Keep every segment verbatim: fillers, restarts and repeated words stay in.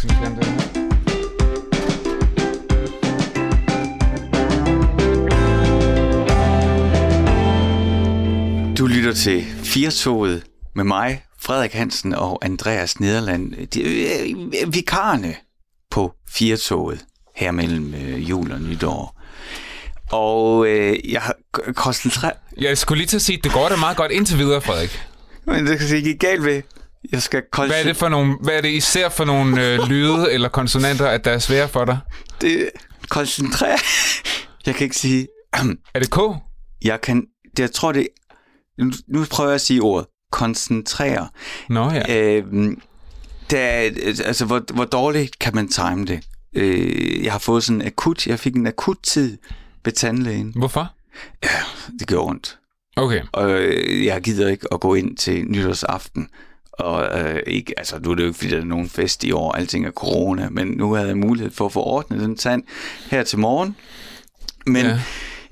Du lytter til Firtoget med mig, Frederik Hansen og Andreas Nederland. De, øh, vikarerne på Firtoget her mellem øh, jul og nytår. Og øh, jeg har koncentreret... Jeg skulle lige til at sige, at det går da meget godt indtil videre, Frederik. Men det kan sige, ikke galt ved. Jeg skal koncentrere... Hvad er det for nogle, hvad er det især for nogle øh, lyde eller konsonanter, at der er svære for dig? Det koncentrere... Jeg kan ikke sige... Er det K? Jeg kan... Det, jeg tror, det... Nu, nu prøver jeg at sige ordet. Koncentrere. Nå ja. Øh, det er, altså, hvor, hvor dårligt kan man time det? Øh, jeg har fået sådan en akut... Jeg fik en akut tid ved tandlægen. Hvorfor? Ja, det gjorde ondt. Okay. Og øh, jeg gider ikke at gå ind til nytårsaften. Og øh, ikke, altså nu er det jo ikke, fordi der er nogen fest i år, alting er corona, men nu havde jeg mulighed for at få ordnet den tand her til morgen. Men ja,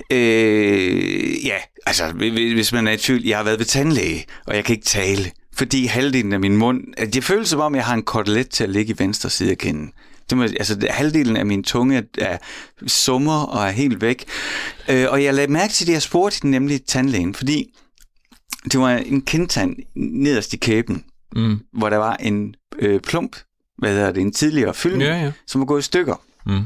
øh, ja altså hvis man er i tvivl, jeg har været ved tandlæge, og jeg kan ikke tale, fordi halvdelen af min mund, det føles som om, jeg har en kotelet til at ligge i venstre side af kinden. Det må, altså halvdelen af min tunge er summer og er helt væk. Øh, og jeg lagde mærke til det, jeg spurgte nemlig tandlægen, fordi det var en kindtand nederst i kæben, mm. hvor der var en øh, plump, hvad hedder det, en tidligere fyldning, ja, ja. som var gået i stykker. Mm.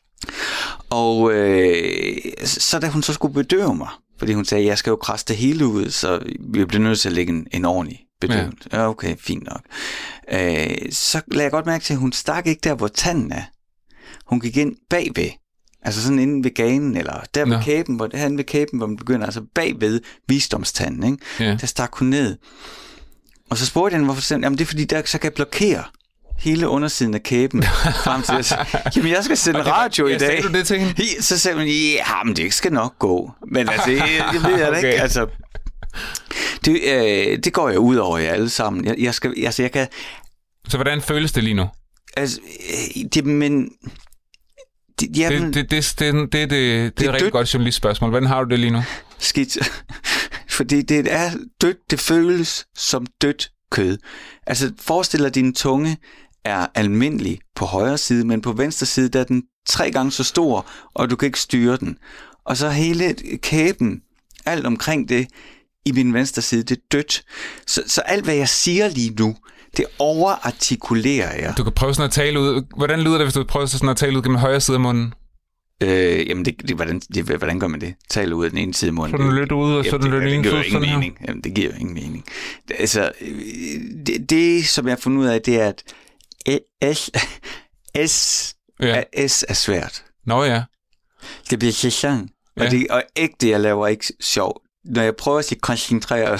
Og øh, så da hun så skulle bedøve mig, fordi hun sagde, jeg skal jo krasse det hele ud, så vi bliver nødt til at lægge en, en ordentlig bedøvelse. Ja. Ja, okay, fint nok. Øh, så lagde jeg godt mærke til, at hun stak ikke der, hvor tanden er. Hun gik ind bagved. Altså sådan inde ved ganen, eller der ved kæben, hvor det her ved kæben, hvor man begynder, altså bagved visdomstanden, ikke? Ja. Der stak hun ned. Og så spurgte jeg hende, hvorfor sådan, jamen det er fordi, der så kan jeg blokere hele undersiden af kæben frem til at jamen jeg skal sende radio i dag. Sagde du det til hende? Så sagde hun, ja, men det skal nok gå. Men altså, jeg, jeg ved jeg okay. ikke, altså. Det, øh, det går jeg ud over jer alle sammen. Jeg, jeg skal, altså jeg kan... Så hvordan føles det lige nu? Altså, det, men... Det, jamen, det, det, det, det, det, det, det, det er et rigtig godt journalistspørgsmål. Hvordan har du det lige nu? Skidt. Fordi det er dødt, det føles som dødt kød. Altså, forestil dig, at din tunge er almindelig på højre side, men på venstre side, der er den tre gange så stor, og du kan ikke styre den. Og så hele kæben, alt omkring det, i min venstre side, det er dødt. Så, så alt, hvad jeg siger lige nu, det overartikulerer jeg. Du kan prøve sådan at tale ud. Hvordan lyder det, hvis du prøver sådan at tale ud gennem højre side af munden? Øh, jamen, det, det, hvordan, det, hvordan gør man det? Tale ud af den ene side af munden. Sådan lidt ude, og sådan lidt ingen. Det giver ingen mening. Jamen, det giver jo ingen mening. Det, altså, det, det, som jeg har fundet ud af, det er, at S, S, ja. er, S er svært. Nå ja. Det bliver så sådan. Ja. Og, det, og ægte, jeg laver ikke sjov. Når jeg prøver at sige koncentrere,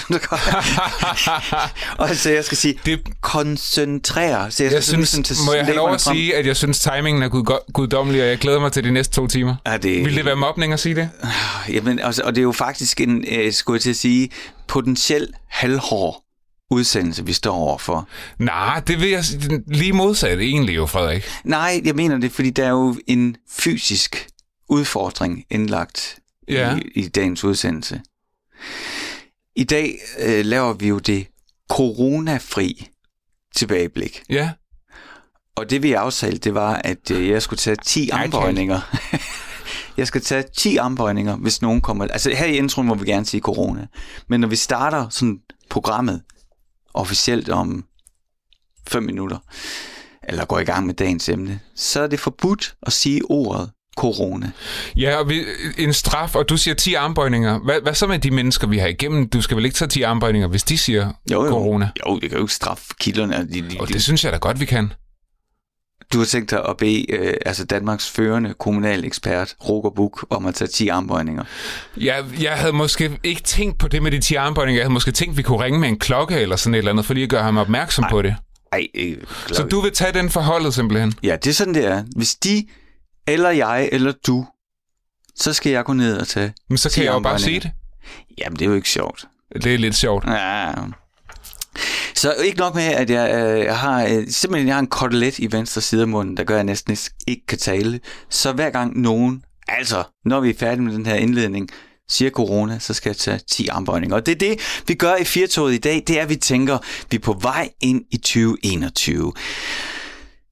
og så jeg skal sige det, koncentrere, så jeg, jeg synes, til må jeg have lov at frem. sige, at jeg synes timingen er gud, guddommelig, og jeg glæder mig til de næste to timer. Ja, det, vil det være mobning at sige det? Jamen, altså, og det er jo faktisk en, øh, skulle jeg til at sige, potentiel halvhård udsendelse, vi står overfor. Nej, det vil jeg lige modsat egentlig jo, Frederik. Nej, jeg mener det, fordi der er jo en fysisk udfordring indlagt ja. i, i dagens udsendelse. I dag øh, laver vi jo det coronafri tilbageblik. Ja. Og det vi aftalte, det var, at øh, jeg skulle tage ti armbøjninger. jeg skal tage ti armbøjninger, hvis nogen kommer... Altså her i introen må vi gerne sige corona. Men når vi starter sådan programmet officielt om fem minutter, eller går i gang med dagens emne, så er det forbudt at sige ordet corona. Ja, og vi, en straf, og du siger ti armbøjninger. Hvad, hvad så med de mennesker, vi har igennem? Du skal vel ikke tage ti armbøjninger, hvis de siger jo, jo. corona? Jo, det kan jo ikke straffe kilderne. De, de, og de, det synes jeg da godt, vi kan. Du har tænkt dig at bede øh, altså Danmarks førende kommunal ekspert, Roger Buch, om at tage ti armbøjninger. Ja, jeg havde måske ikke tænkt på det med de ti armbøjninger. Jeg havde måske tænkt, at vi kunne ringe med en klokke eller sådan et eller andet, for lige at gøre ham opmærksom Ej. på det. Ej, øh, så du vil tage den forholdet simpelthen? Ja, det er sådan, det er. Hvis de, eller jeg, eller du, så skal jeg gå ned og tage Men så kan jeg jo bare sige det. Jamen, det er jo ikke sjovt. Det er lidt sjovt. Ja. Så ikke nok med, at jeg, øh, jeg har øh, simpelthen jeg har en kotelet i venstre side af munden, der gør, at jeg næsten ikke kan tale. Så hver gang nogen, altså når vi er færdige med den her indledning, siger corona, så skal jeg tage ti armbøjninger. Og det er det, vi gør i Firtoget i dag. Det er, at vi tænker, vi er på vej ind i tyve enogtyve.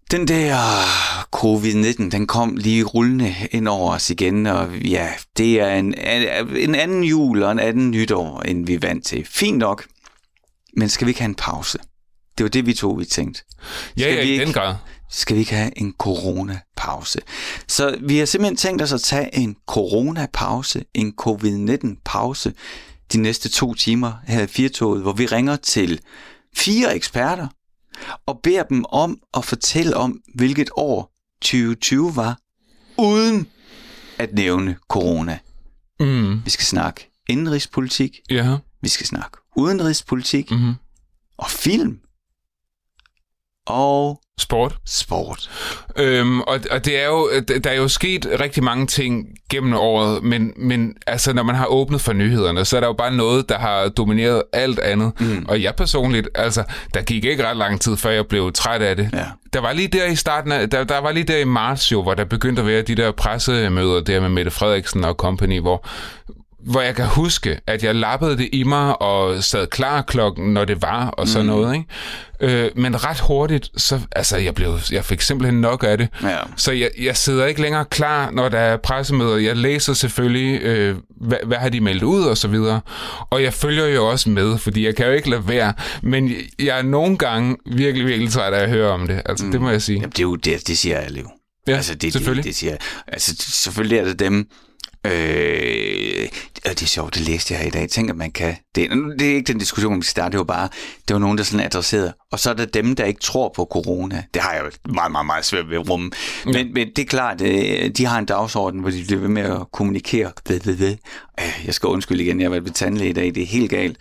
Den der covid nitten, den kom lige rullende ind over os igen, og ja, det er en, en anden jul og en anden nytår, end vi er vant til. Fint nok, men skal vi ikke have en pause? Det var det, vi to vi tænkte. Ja, ja, i den grad. Skal vi ikke have en coronapause? Så vi har simpelthen tænkt os at tage en coronapause, en covid nitten pause, de næste to timer her i Firtoget, hvor vi ringer til fire eksperter, og beder dem om at fortælle om, hvilket år tyve tyve var, uden at nævne corona. Mm. Vi skal snakke indenrigspolitik, ja. Vi skal snakke udenrigspolitik, mm-hmm. og film, og sport. Sport. Øhm, og, og det er jo, der er jo sket rigtig mange ting gennem året, men, men altså, når man har åbnet for nyhederne, så er der jo bare noget, der har domineret alt andet. Mm. Og jeg personligt, altså, der gik ikke ret lang tid, før jeg blev træt af det. Ja. Der var lige der i starten af, der, der var lige der i marts jo, hvor der begyndte at være de der pressemøder der med Mette Frederiksen og company, hvor hvor jeg kan huske, at jeg lappede det i mig og sad klar klokken, når det var, og sådan mm. noget, ikke? Øh, men ret hurtigt, så, altså, jeg, blev, jeg fik simpelthen nok af det. Ja. Så jeg, jeg sidder ikke længere klar, når der er pressemøder. Jeg læser selvfølgelig, øh, hvad, hvad har de meldt ud, og så videre. Og jeg følger jo også med, fordi jeg kan jo ikke lade være. Men jeg er nogle gange virkelig, virkelig træt af at høre om det. Altså, mm. det må jeg sige. Jamen, det er jo det, det siger alle jo. Ja, altså, det, selvfølgelig. Det, det siger, altså, selvfølgelig er det dem. Øh, og det er sjovt, det læste jeg her i dag. Jeg tænker, man kan... Det, det er ikke den diskussion, vi starter. Det var bare... Det var nogen, der sådan adresserede. Og så er der dem, der ikke tror på corona. Det har jeg jo meget, meget, meget svært ved at rumme. Ja. Men, men det er klart, de har en dagsorden, hvor de bliver ved med at kommunikere. Jeg skal undskylde igen, jeg har været ved tandlæge i dag. Det er helt galt.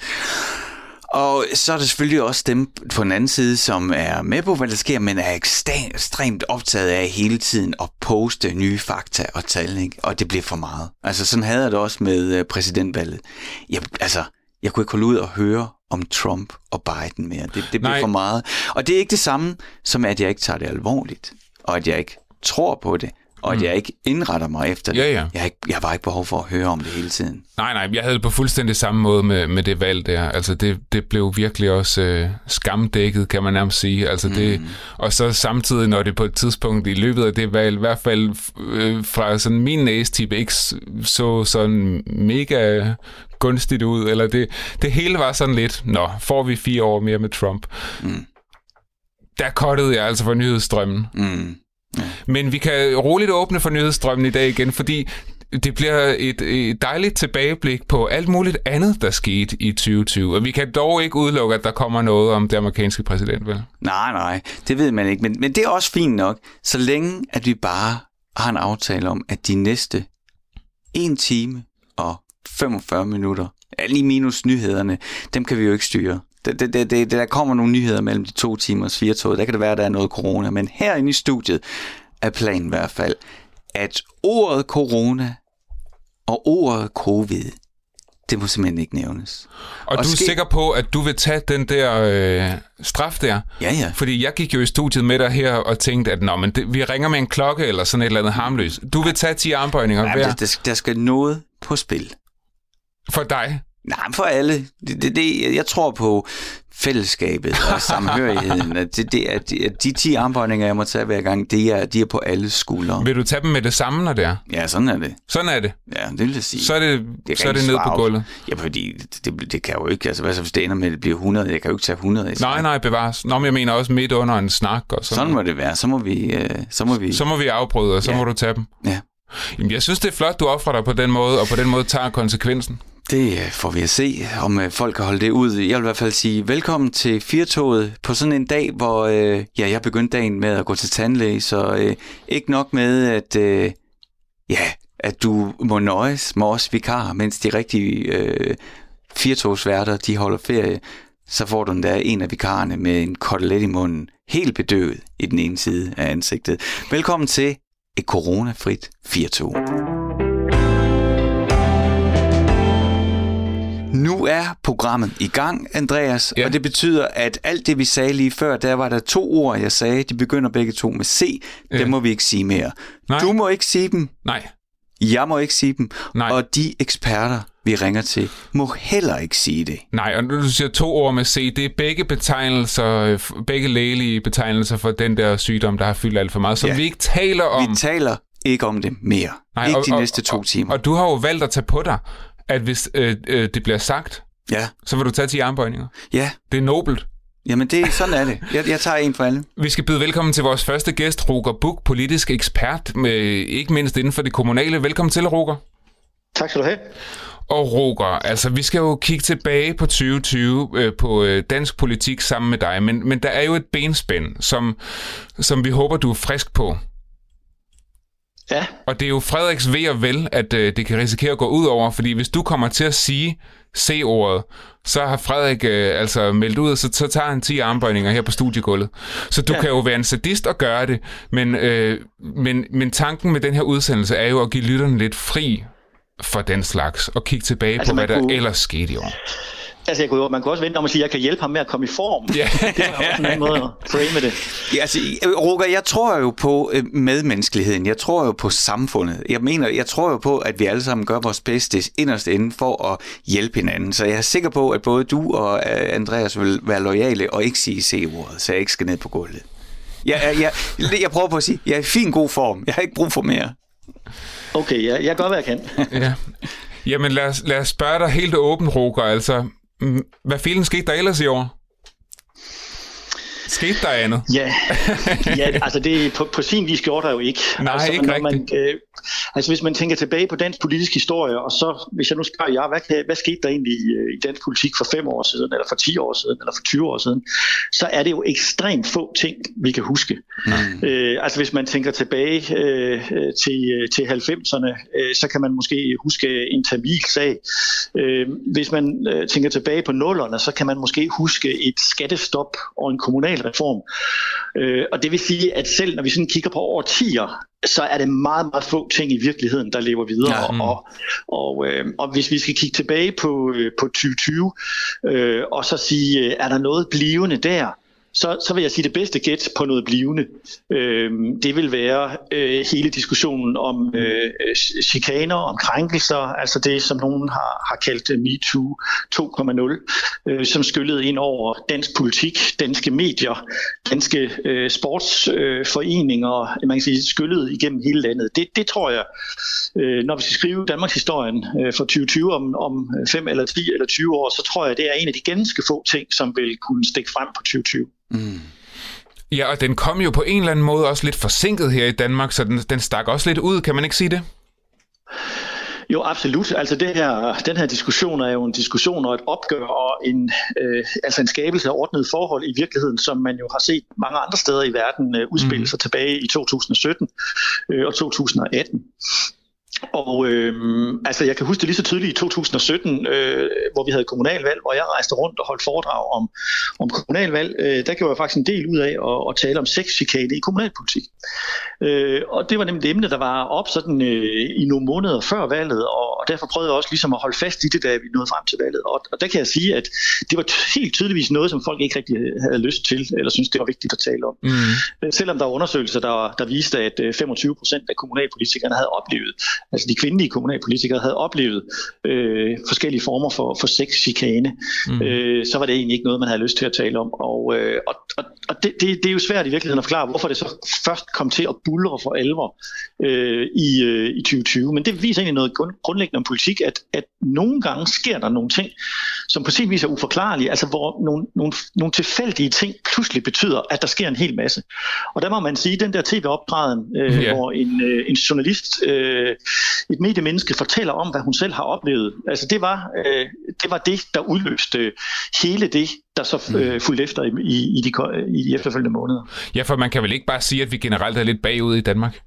Og så er der selvfølgelig også dem på den anden side, som er med på, hvad der sker, men er ekstremt optaget af hele tiden at poste nye fakta og tal, ikke? Og det bliver for meget. Altså sådan havde jeg det også med præsidentvalget. Jeg, altså, jeg kunne ikke holde ud og høre om Trump og Biden mere. Det, det bliver for meget. Og det er ikke det samme, som at jeg ikke tager det alvorligt, og at jeg ikke tror på det, og at jeg ikke indretter mig efter det. Ja, ja. Jeg, har ikke, jeg har bare ikke behov for at høre om det hele tiden. Nej, nej, jeg havde det på fuldstændig samme måde med, med det valg der. Altså, det, det blev virkelig også øh, skamdækket, kan man nærmest sige. Altså, det, mm. Og så samtidig, når det på et tidspunkt i løbet af det valg, i hvert fald øh, fra sådan min næstipe, ikke så sådan mega gunstigt ud, eller det, det hele var sådan lidt, nå, får vi fire år mere med Trump? Mm. Der kottede jeg altså for nyhedsstrømmen. Mm. Ja. Men vi kan roligt åbne for nyhedsstrømmen i dag igen, fordi det bliver et, et dejligt tilbageblik på alt muligt andet, der skete i tyve tyve. Og vi kan dog ikke udelukke, at der kommer noget om det amerikanske præsidentvalg. Nej, nej, det ved man ikke. Men, men det er også fint nok, så længe at vi bare har en aftale om, at de næste en time og femogfyrre minutter, lige minus nyhederne, dem kan vi jo ikke styre. Det, det, det, det, der kommer nogle nyheder mellem de to timers Firtoget. Der kan det være, at der er noget corona. Men herinde i studiet er planen i hvert fald, at ordet corona og ordet covid, det må simpelthen ikke nævnes. Og, og du er ske... sikker på, at du vil tage den der øh, straf der? Ja, ja. Fordi jeg gik jo i studiet med dig her og tænkte, at nå, men det, vi ringer med en klokke eller sådan et eller andet harmløst. Du vil tage ti armbøjninger ja, hver? Der, der skal noget på spil. For dig? Nej, for alle. Det, det, det, jeg tror på fællesskabet og samhørigheden. At det, det, at de, at de ti armbøjninger, jeg må tage hver gang, det er, de er på alle skuldre. Vil du tage dem med det samme, når det er? Ja, sådan er det. Sådan er det? Ja, det vil jeg sige. Så er det, det, er så er det nede på gulvet? Ja, fordi det, det, det kan jo ikke. Altså, hvad så hvis det ender med, at det bliver hundrede? Jeg kan jo ikke tage hundrede. Nej, nej, bevares. Nå, men jeg mener også midt under en snak. Og sådan sådan må det være. Så må vi... Øh, så, må vi... så må vi afbryde, og så ja. må du tage dem. Ja. Jamen, jeg synes, det er flot, du offrer dig på den måde, og på den måde tager konsekvensen. Det får vi at se, om folk kan holde det ud. Jeg vil i hvert fald sige velkommen til Firtoget på sådan en dag, hvor øh, ja, jeg begyndte dagen med at gå til tandlæge, så øh, ikke nok med, at, øh, ja, at du må nøjes med os vikarer, mens de rigtige øh, Firtogsværter, de holder ferie, så får du endda en af vikarerne med en kotelet i munden, helt bedøvet i den ene side af ansigtet. Velkommen til et coronafrit Firtog. Nu er programmet i gang, Andreas, ja. Og det betyder, at alt det, vi sagde lige før, der var der to ord, jeg sagde, de begynder begge to med C, ja. Dem må vi ikke sige mere. Nej. Du må ikke sige dem. Nej. Jeg må ikke sige dem. Nej. Og de eksperter, vi ringer til, må heller ikke sige det. Nej, og når du siger to ord med C, det er begge betegnelser, begge lægelige betegnelser for den der sygdom, der har fyldt alt for meget, som ja. vi ikke taler om. Vi taler ikke om det mere. Nej, ikke og, de næste to og, timer. Og du har jo valgt at tage på dig, at hvis øh, øh, det bliver sagt, ja. så vil du tage ti armbøjninger. Ja. Det er nobelt. Jamen, det, sådan er det. Jeg, jeg tager en for alle. Vi skal byde velkommen til vores første gæst, Roger Buch, politisk ekspert, med, ikke mindst inden for det kommunale. Velkommen til, Roger. Tak skal du have. Og Roger, altså vi skal jo kigge tilbage på tyve tyve øh, på øh, dansk politik sammen med dig, men, men der er jo et benspænd, som, som vi håber, du er frisk på. Ja. Og det er jo Frederiks ve og vel, at øh, det kan risikere at gå ud over, fordi hvis du kommer til at sige C-ordet, så har Frederik øh, altså meldt ud, og så, så tager han ti armbøjninger her på studiegulvet. Så du ja. kan jo være en sadist og gøre det, men, øh, men, men tanken med den her udsendelse er jo at give lytterne lidt fri for den slags, og kigge tilbage altså, på, hvad kunne... der ellers skete i år. Altså, jeg kunne, man kunne også vente om at sige, at jeg kan hjælpe ham med at komme i form. Ja. Det er også en anden måde at frame det. Ja, altså, Roger, jeg tror jo på medmenneskeligheden. Jeg tror jo på samfundet. Jeg mener, jeg tror jo på, at vi alle sammen gør vores bedste inderst inde for at hjælpe hinanden. Så jeg er sikker på, at både du og Andreas vil være loyale og ikke sige C-ordet, så jeg ikke skal ned på gulvet. Jeg, jeg, jeg, jeg prøver på at sige, jeg er i fin god form. Jeg har ikke brug for mere. Okay, jeg, jeg gør, hvad jeg kan. Ja. Jamen, lad os, lad os spørge dig helt åbent, Roger. Altså, hvad filen skete der ellers i år? Skete der andet? Ja, ja altså det på, på sin vis gjorde der jo ikke. Nej, altså, ikke man, rigtigt. Øh, altså hvis man tænker tilbage på dansk politisk historie, og så hvis jeg nu spørger jer, hvad, kan, hvad skete der egentlig i, i dansk politik for fem år siden, eller for ti år siden, eller for tyve år siden, så er det jo ekstremt få ting, vi kan huske. Mm. Øh, altså hvis man tænker tilbage øh, til, til halvfemserne, øh, så kan man måske huske en Tamil-sag. Øh, hvis man øh, tænker tilbage på nullerne, så kan man måske huske et skattestop og en kommunal reform. Øh, og det vil sige, at selv når vi sådan kigger på årtier, så er det meget, meget få ting i virkeligheden, der lever videre. Ja, mm. Og, og, øh, og hvis vi skal kigge tilbage på, øh, på tyve tyve, øh, og så sige, øh, er der noget blivende der, Så, så vil jeg sige, det bedste gæt på noget blivende, øh, det vil være øh, hele diskussionen om øh, chikaner, om krænkelser, altså det, som nogen har, har kaldt MeToo to punkt nul, øh, som skyllede ind over dansk politik, danske medier, danske øh, sportsforeninger, øh, man kan sige, skyllede igennem hele landet. Det, det tror jeg, øh, når vi skal skrive Danmarks historien øh, for tyve tyve om, om fem eller ti eller tyve år, så tror jeg, det er en af de ganske få ting, som vil kunne stikke frem på tyve tyve. Mm. Ja, og den kom jo på en eller anden måde også lidt forsinket her i Danmark, så den, den stak også lidt ud, kan man ikke sige det? Jo, absolut. Altså det her, den her diskussion er jo en diskussion og et opgør og en, øh, altså en skabelse af ordnede forhold i virkeligheden, som man jo har set mange andre steder i verden øh, udspille sig mm. tilbage i to tusind og sytten øh, og to tusind og atten. Og øh, altså jeg kan huske det lige så tydeligt i to tusind og sytten, øh, hvor vi havde kommunalvalg, hvor jeg rejste rundt og holdt foredrag om, om kommunalvalg. Øh, der gjorde jeg faktisk en del ud af at, at tale om sexchikane i kommunalpolitik. Øh, og det var nemlig det emne, der var op sådan, øh, i nogle måneder før valget, og, og derfor prøvede jeg også ligesom at holde fast i det, da vi nåede frem til valget. Og, og der kan jeg sige, at det var helt tydeligvis noget, som folk ikke rigtig havde lyst til, eller synes det var vigtigt at tale om. Mm. Selvom der var undersøgelser, der, der viste, at femogtyve procent af kommunalpolitikerne havde oplevet, altså de kvindelige kommunalpolitikere havde oplevet øh, forskellige former for, for sexchikane, mm. øh, så var det egentlig ikke noget, man havde lyst til at tale om. Og, øh, og, og, og det, det, det er jo svært i virkeligheden at forklare, hvorfor det så først kom til at buldre for alvor øh, i, øh, i tyve tyve. Men det viser egentlig noget grundlæggende om politik, at, at nogle gange sker der nogle ting, som på sin vis er uforklarlige, altså hvor nogle, nogle, nogle tilfældige ting pludselig betyder, at der sker en hel masse. Og der må man sige, at den der tv-optræden, øh, yeah. hvor en, øh, en journalist, øh, et mediemenneske fortæller om, hvad hun selv har oplevet, altså det var, øh, det, var det, der udløste hele det, der så øh, fulgte efter i, i, i, de, i de efterfølgende måneder. Ja, for man kan vel ikke bare sige, at vi generelt er lidt bagud i Danmark?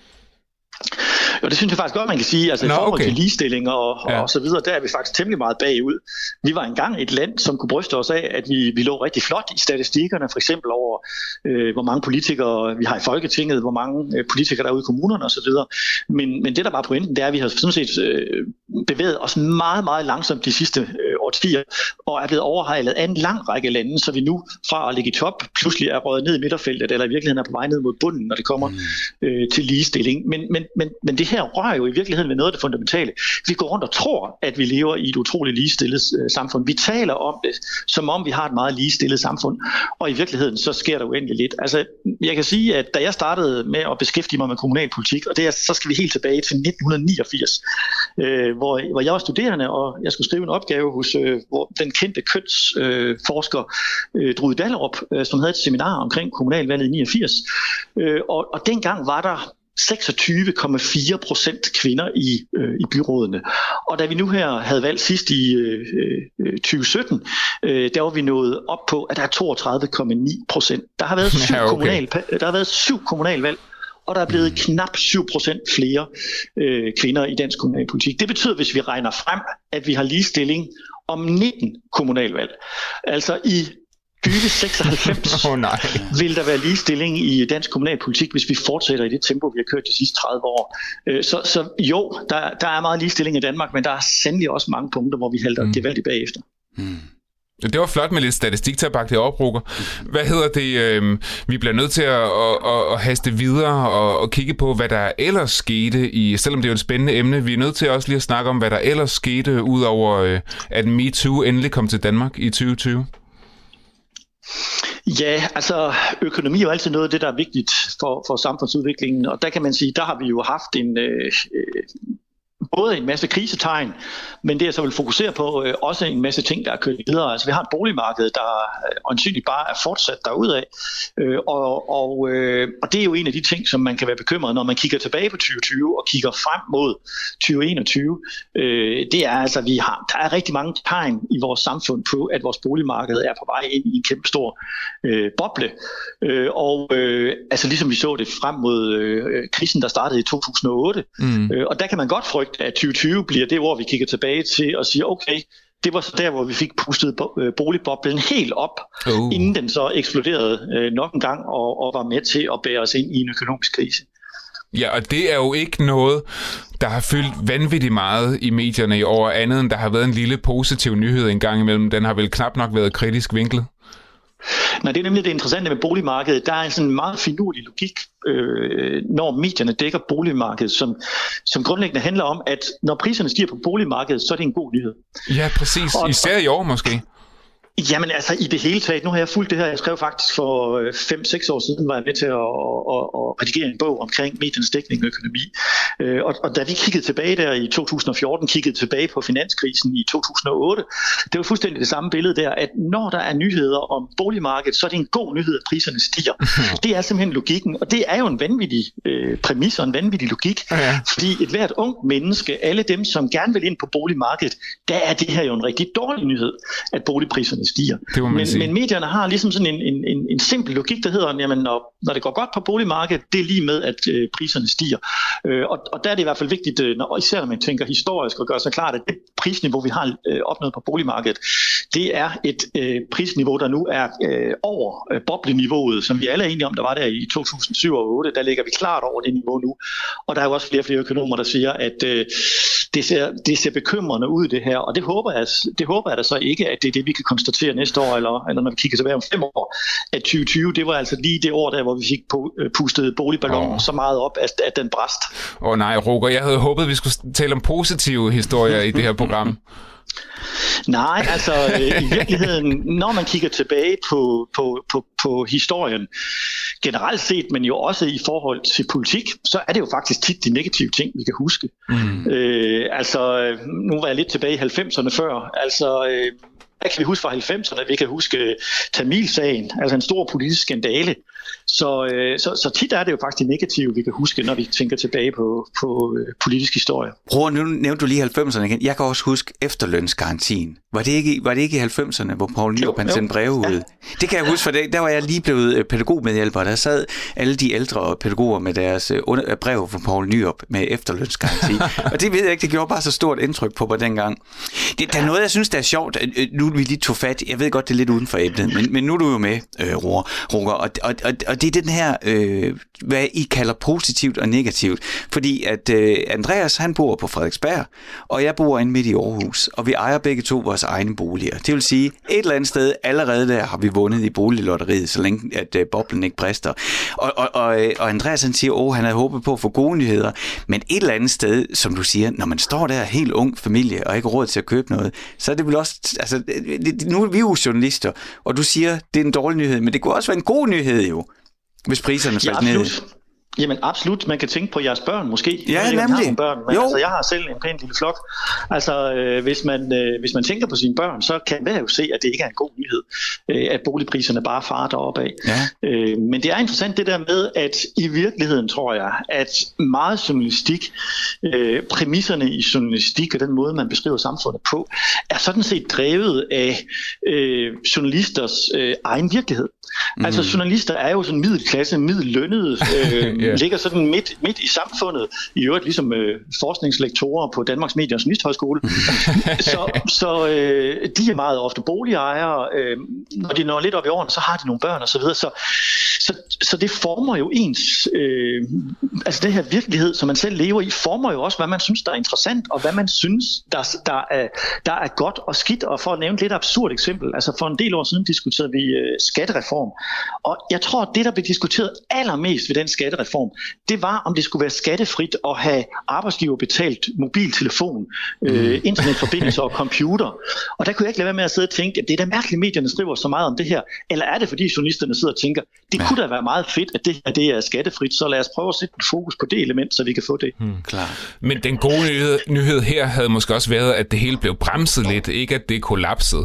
Jo, det synes jeg faktisk godt, man kan sige. Altså Nå, i forhold okay. til ligestilling og, ja. og så videre, der er vi faktisk temmelig meget bagud. Vi var engang et land, som kunne bryste os af, at vi, vi lå rigtig flot i statistikkerne, for eksempel over, øh, hvor mange politikere vi har i Folketinget, hvor mange øh, politikere der er ude i kommunerne og så videre. Men, men det, der var pointen, det er, at vi har sådan set øh, bevæget os meget, meget langsomt de sidste øh, årtier, og er blevet overhalet af en lang række lande, så vi nu fra at ligge i top, pludselig er røget ned i midterfeltet, eller i virkeligheden er på vej ned mod bunden, når det kommer mm. øh, til ligestilling. Men, men, men, men det her rører jo i virkeligheden ved noget af det fundamentale. Vi går rundt og tror, at vi lever i et utroligt ligestillet øh, samfund. Vi taler om det, som om vi har et meget ligestillet samfund, og i virkeligheden så sker der uendelig lidt. Altså, jeg kan sige, at da jeg startede med at beskæftige mig med kommunalpolitik, og det er, så skal vi helt tilbage til nitten niogfirs, øh, hvor, hvor jeg var studerende, og jeg skulle skrive en opgave hos øh, hvor den kendte kønsforsker øh, øh, Drude Dahlerup, øh, som havde et seminar omkring kommunalvalget i niogfirs. Øh, og, og dengang var der seksogtyve komma fire procent kvinder i, øh, i byrådene. Og da vi nu her havde valgt sidst i øh, tyve sytten, øh, der var vi nået op på, at der er toogtredive komma ni procent. Der har været syv, ja, okay. kommunal, der har været syv kommunalvalg, og der er blevet knap syv procent flere øh, kvinder i dansk kommunalpolitik. Det betyder, hvis vi regner frem, at vi har ligestilling om nitten kommunalvalg. Altså i tyve seksoghalvfems oh, nej. vil der være ligestilling i dansk kommunalpolitik, hvis vi fortsætter i det tempo, vi har kørt de sidste tredive år. Så, så jo, der, der er meget ligestilling i Danmark, men der er sandelig også mange punkter, hvor vi halter mm. gevaldigt bagefter. Mm. Det var flot med lidt statistik til at bakke det op, Roger. Hvad hedder det? Øh, vi bliver nødt til at, at, at, at haste videre og, og kigge på, hvad der ellers skete, i, selvom det er jo et spændende emne. Vi er nødt til også lige at snakke om, hvad der ellers skete, udover øh, at MeToo endelig kom til Danmark i tyve tyve. Ja, altså økonomi er jo altid noget af det, der er vigtigt for, for samfundsudviklingen, og der kan man sige, der har vi jo haft en... Øh, både en masse krisetegn, men det jeg så vil fokusere på øh, også en masse ting, der er kørt videre. Altså vi har et boligmarked, der øjensynligt bare er fortsat derudad, øh, og, og, øh, og det er jo en af de ting, som man kan være bekymret, når man kigger tilbage på tyve tyve og kigger frem mod tyve enogtyve. Øh, det er altså, vi har, der er rigtig mange tegn i vores samfund på, at vores boligmarked er på vej ind i en kæmpe stor øh, boble. Øh, og øh, altså ligesom vi så det frem mod øh, krisen, der startede i to tusind og otte, mm. øh, og der kan man godt frygte, at tyve tyve bliver det år, vi kigger tilbage til og siger, okay, det var så der, hvor vi fik pustet boligboblen helt op, uh. inden den så eksploderede øh, nok en gang og, og var med til at bære os ind i en økonomisk krise. Ja, og det er jo ikke noget, der har fyldt vanvittigt meget i medierne i år, andet end der har været en lille positiv nyhed en gang imellem. Den har vel knap nok været kritisk vinklet. Nej, det er nemlig det interessante med boligmarkedet. Der er sådan en meget finurlig logik, øh, når medierne dækker boligmarkedet, som, som grundlæggende handler om, at når priserne stiger på boligmarkedet, så er det en god nyhed. Ja, præcis. Og, Især i år måske. Jamen altså i det hele taget, nu har jeg fulgt det her, jeg skrev faktisk for fem seks år siden, var jeg med til at, at, at redigere en bog omkring mediernes dækning og økonomi. Og, og da vi kiggede tilbage der i to tusind og fjorten, kiggede tilbage på finanskrisen i to tusind og otte, det var fuldstændig det samme billede der, at når der er nyheder om boligmarkedet, så er det en god nyhed, at priserne stiger. Det er simpelthen logikken, og det er jo en vanvittig øh, præmis og en vanvittig logik, ja. Fordi et hvert ung menneske, alle dem, som gerne vil ind på boligmarkedet, der er det her jo en rigtig dårlig nyhed, at boligpriserne stiger. Men, men medierne har ligesom sådan en, en, en, en simpel logik, der hedder, jamen når, når det går godt på boligmarkedet, det er lige med, at øh, priserne stiger. Øh, og, og der er det i hvert fald vigtigt, øh, når, især når man tænker historisk, og gør sig klart, at det prisniveau, vi har øh, opnået på boligmarkedet, det er et øh, prisniveau, der nu er øh, over øh, bobleniveauet, som vi alle er enige om, der var der i to tusind og syv og otte. Der ligger vi klart over det niveau nu. Og der er jo også flere og flere økonomer, der siger, at øh, det, ser, det ser bekymrende ud, det her. Og det håber jeg, det håber jeg da så ikke, at det er det, vi kan konstatere næste år, eller, eller når vi kigger tilbage om fem år, at tyve tyve, det var altså lige det år der, hvor vi fik pustet boligballonen oh. så meget op, at, at den brast. Åh oh, nej, Roger, jeg havde håbet, at vi skulle tale om positive historier i det her program. Nej, altså øh, i virkeligheden, når man kigger tilbage på, på, på, på historien generelt set, men jo også i forhold til politik, så er det jo faktisk tit de negative ting, vi kan huske. Mm. Øh, altså, nu var jeg lidt tilbage i halvfemserne før, altså... Øh, Hvad kan vi huske fra halvfemserne? Vi kan huske Tamilsagen, altså en stor politisk skandale. Så, øh, så, så tit er det jo faktisk det negative, vi kan huske, når vi tænker tilbage på, på øh, politisk historie. Roger, nu nævnte du lige halvfemserne igen. Jeg kan også huske efterlønsgarantien. Var det ikke, var det ikke i halvfemserne, hvor Poul Nyrup han sendte breve ud? Ja. Det kan jeg huske, for det, der var jeg lige blevet pædagogmedhjælper. Der sad alle de ældre pædagoger med deres under, brev fra Poul Nyrup med efterlønsgaranti. Og det ved jeg ikke, det gjorde bare så stort indtryk på mig dengang. Det, der er noget, jeg synes, der er sjovt. Nu, vi lige tog fat, jeg ved godt, det er lidt uden for emnet, men, men nu er du jo med, øh, Roger, og, og, og, og det er den her, øh, hvad I kalder positivt og negativt, fordi at øh, Andreas, han bor på Frederiksberg, og jeg bor inde midt i Aarhus, og vi ejer begge to vores egne boliger. Det vil sige, et eller andet sted, allerede der har vi vundet i boliglotteriet, så længe at øh, boblen ikke brister. Og, og, og, og Andreas, han siger, åh, han havde håbet på at få gode nyheder, men et eller andet sted, som du siger, når man står der helt ung familie, og ikke råd til at købe noget, så er det vel også, altså, det, nu er vi jo journalister, og du siger, det er en dårlig nyhed, men det kunne også være en god nyhed jo, hvis priserne faldt ja, ned. Jamen absolut, man kan tænke på jeres børn måske. Ja, jeg nemlig. Jeg har nogle børn, men altså, jeg har selv en pæn lille flok. Altså, øh, hvis, man, øh, hvis man tænker på sine børn, så kan man jo se, at det ikke er en god nyhed, øh, at boligpriserne bare farer deroppe af. Ja. Øh, men det er interessant det der med, at i virkeligheden tror jeg, at meget journalistik, øh, præmisserne i journalistik og den måde, man beskriver samfundet på, er sådan set drevet af øh, journalisters øh, egen virkelighed. Mm. Altså journalister er jo sådan middelklasse, middellønnede, øh, yeah. ligger sådan midt, midt i samfundet, i øvrigt ligesom øh, forskningslektorer på Danmarks Medie- og Journalisthøjskole. så så øh, de er meget ofte boligejere, øh, når de når lidt op i årene, så har de nogle børn og så videre. Så, så, så det former jo ens, øh, altså den her virkelighed, som man selv lever i, former jo også, hvad man synes, der er interessant, og hvad man synes, der, der, er, der er godt og skidt. Og for at nævne et lidt absurd eksempel, altså for en del år siden diskuterede vi øh, skattereform. Og jeg tror, at det, der blev diskuteret allermest ved den skattereform, det var, om det skulle være skattefrit at have arbejdsgiverbetalt mobiltelefon, øh, internetforbindelse og computer. Og der kunne jeg ikke lade være med at sidde og tænke, at det er da mærkeligt, medierne skriver så meget om det her. Eller er det, fordi journalisterne sidder og tænker, det kunne da være meget fedt, at det her det er skattefrit, så lad os prøve at sætte et fokus på det element, så vi kan få det. Hmm. Klar. Men den gode nyhed, nyhed her havde måske også været, at det hele blev bremset lidt, ikke at det kollapsede.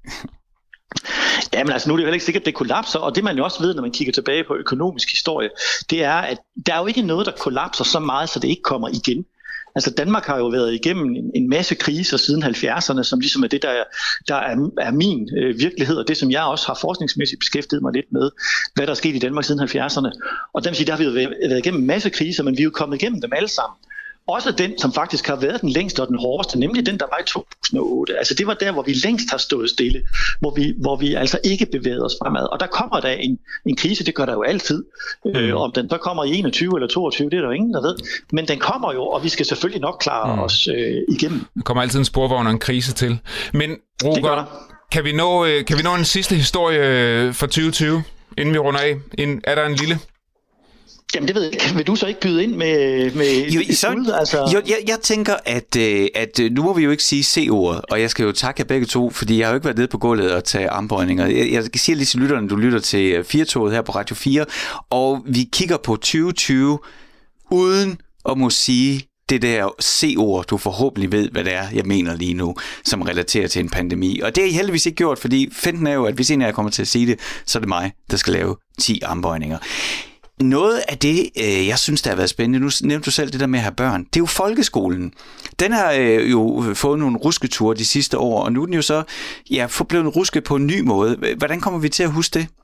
Jamen altså, nu er det jo heller ikke sikkert, at det kollapser, og det man jo også ved, når man kigger tilbage på økonomisk historie, det er, at der er jo ikke noget, der kollapser så meget, så det ikke kommer igen. Altså Danmark har jo været igennem en, en masse kriser siden halvfjerdserne, som ligesom er det, der er, der er, er min øh, virkelighed, og det, som jeg også har forskningsmæssigt beskæftiget mig lidt med, hvad der er sket i Danmark siden halvfjerdserne. Og der vil sige, der har vi jo været, været igennem en masse kriser, men vi er jo kommet igennem dem alle sammen. Også den, som faktisk har været den længste og den hårdeste, nemlig den, der var i to tusind og otte. Altså det var der, hvor vi længst har stået stille, hvor vi, hvor vi altså ikke bevæger os fremad. Og der kommer der en, en krise, det gør der jo altid. Mm. Øh, om den så kommer i enogtyve eller toogtyve, det er der jo ingen, der ved. Men den kommer jo, og vi skal selvfølgelig nok klare mm. os øh, igennem. Der kommer altid en sporvogn og en krise til. Men Roger, kan vi nå, kan vi nå en sidste historie for tyve tyve, inden vi runder af? En, er der en lille... Jamen det ved jeg ikke. Vil du så ikke byde ind med, med jo, så, ud, altså? jo, jeg, jeg tænker, at, at nu må vi jo ikke sige C-ordet, og jeg skal jo takke jer begge to, fordi jeg har jo ikke været nede på gulvet og tage armbøjninger. Jeg, jeg siger lige til lytterne, du lytter til fire-toget her på Radio fire, og vi kigger på tyve tyve uden at må sige det der C-ord, du forhåbentlig ved, hvad det er, jeg mener lige nu, som relaterer til en pandemi. Og det har I heldigvis ikke gjort, fordi finten er jo, at hvis en af jer kommer til at sige det, så er det mig, der skal lave ti armbøjninger. Noget af det, jeg synes, der har været spændende, nu nævnte du selv det der med at have børn, det er jo folkeskolen. Den har jo fået nogle rusketure de sidste år, og nu er den jo så ja, blevet rusket på en ny måde. Hvordan kommer vi til at huske det?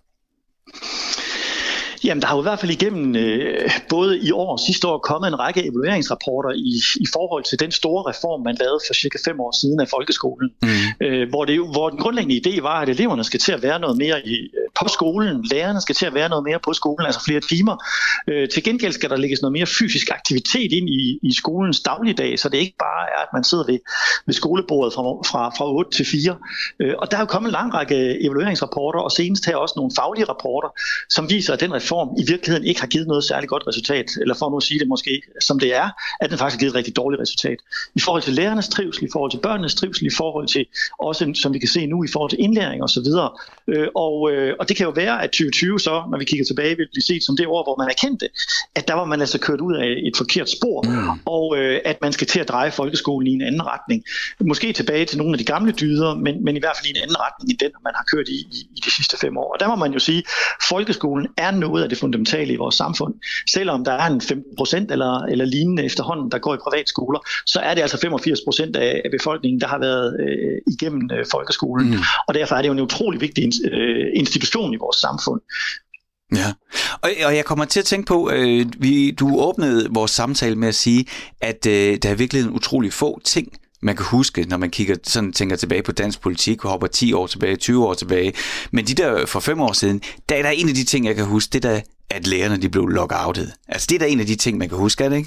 Jamen, der har jo i hvert fald igennem øh, både i år og sidste år kommet en række evalueringsrapporter i, i forhold til den store reform, man lavede for cirka fem år siden af folkeskolen. Mm. Øh, hvor, det, hvor den grundlæggende idé var, at eleverne skal til at være noget mere i, på skolen, lærerne skal til at være noget mere på skolen, altså flere timer. Øh, til gengæld skal der lægges noget mere fysisk aktivitet ind i, i skolens dagligdag, så det ikke bare er, at man sidder ved, ved skolebordet fra, fra, fra otte til fire. Øh, og der er jo kommet en lang række evalueringsrapporter, og senest her også nogle faglige rapporter, som viser, at den reform i virkeligheden ikke har givet noget særligt godt resultat, eller for nu at sige det måske som det er, at den faktisk har givet et rigtig dårligt resultat. I forhold til lærernes trivsel, i forhold til børnenes trivsel, i forhold til også, som vi kan se nu, i forhold til indlæring osv. Øh, og, øh, og det kan jo være, at tyve tyve så, når vi kigger tilbage, vil blive set som det år, hvor man erkendte, at der var man altså kørt ud af et forkert spor, mm. og øh, at man skal til at dreje folkeskolen i en anden retning. Måske tilbage til nogle af de gamle dyder, men, men i hvert fald i en anden retning end den, man har kørt i, i, i de sidste fem år. Og der må man jo sige, at folkeskolen er noget af det fundamentale i vores samfund. Selvom der er en femten procent eller, eller lignende efterhånden, der går i privatskoler, så er det altså femogfirs procent af befolkningen, der har været øh, igennem øh, folkeskolen. Mm. Og derfor er det jo en utrolig vigtig øh, institution i vores samfund. Ja, og, og jeg kommer til at tænke på, øh, vi, du åbnede vores samtale med at sige, at øh, der er virkelig en utrolig få ting, man kan huske, når man kigger sådan tænker tilbage på dansk politik, og hopper ti år tilbage, tyve år tilbage. Men de der for fem år siden, der er der en af de ting, jeg kan huske, det der, at lærerne de blev lockoutet. Altså det er der en af de ting, man kan huske, er det ikke?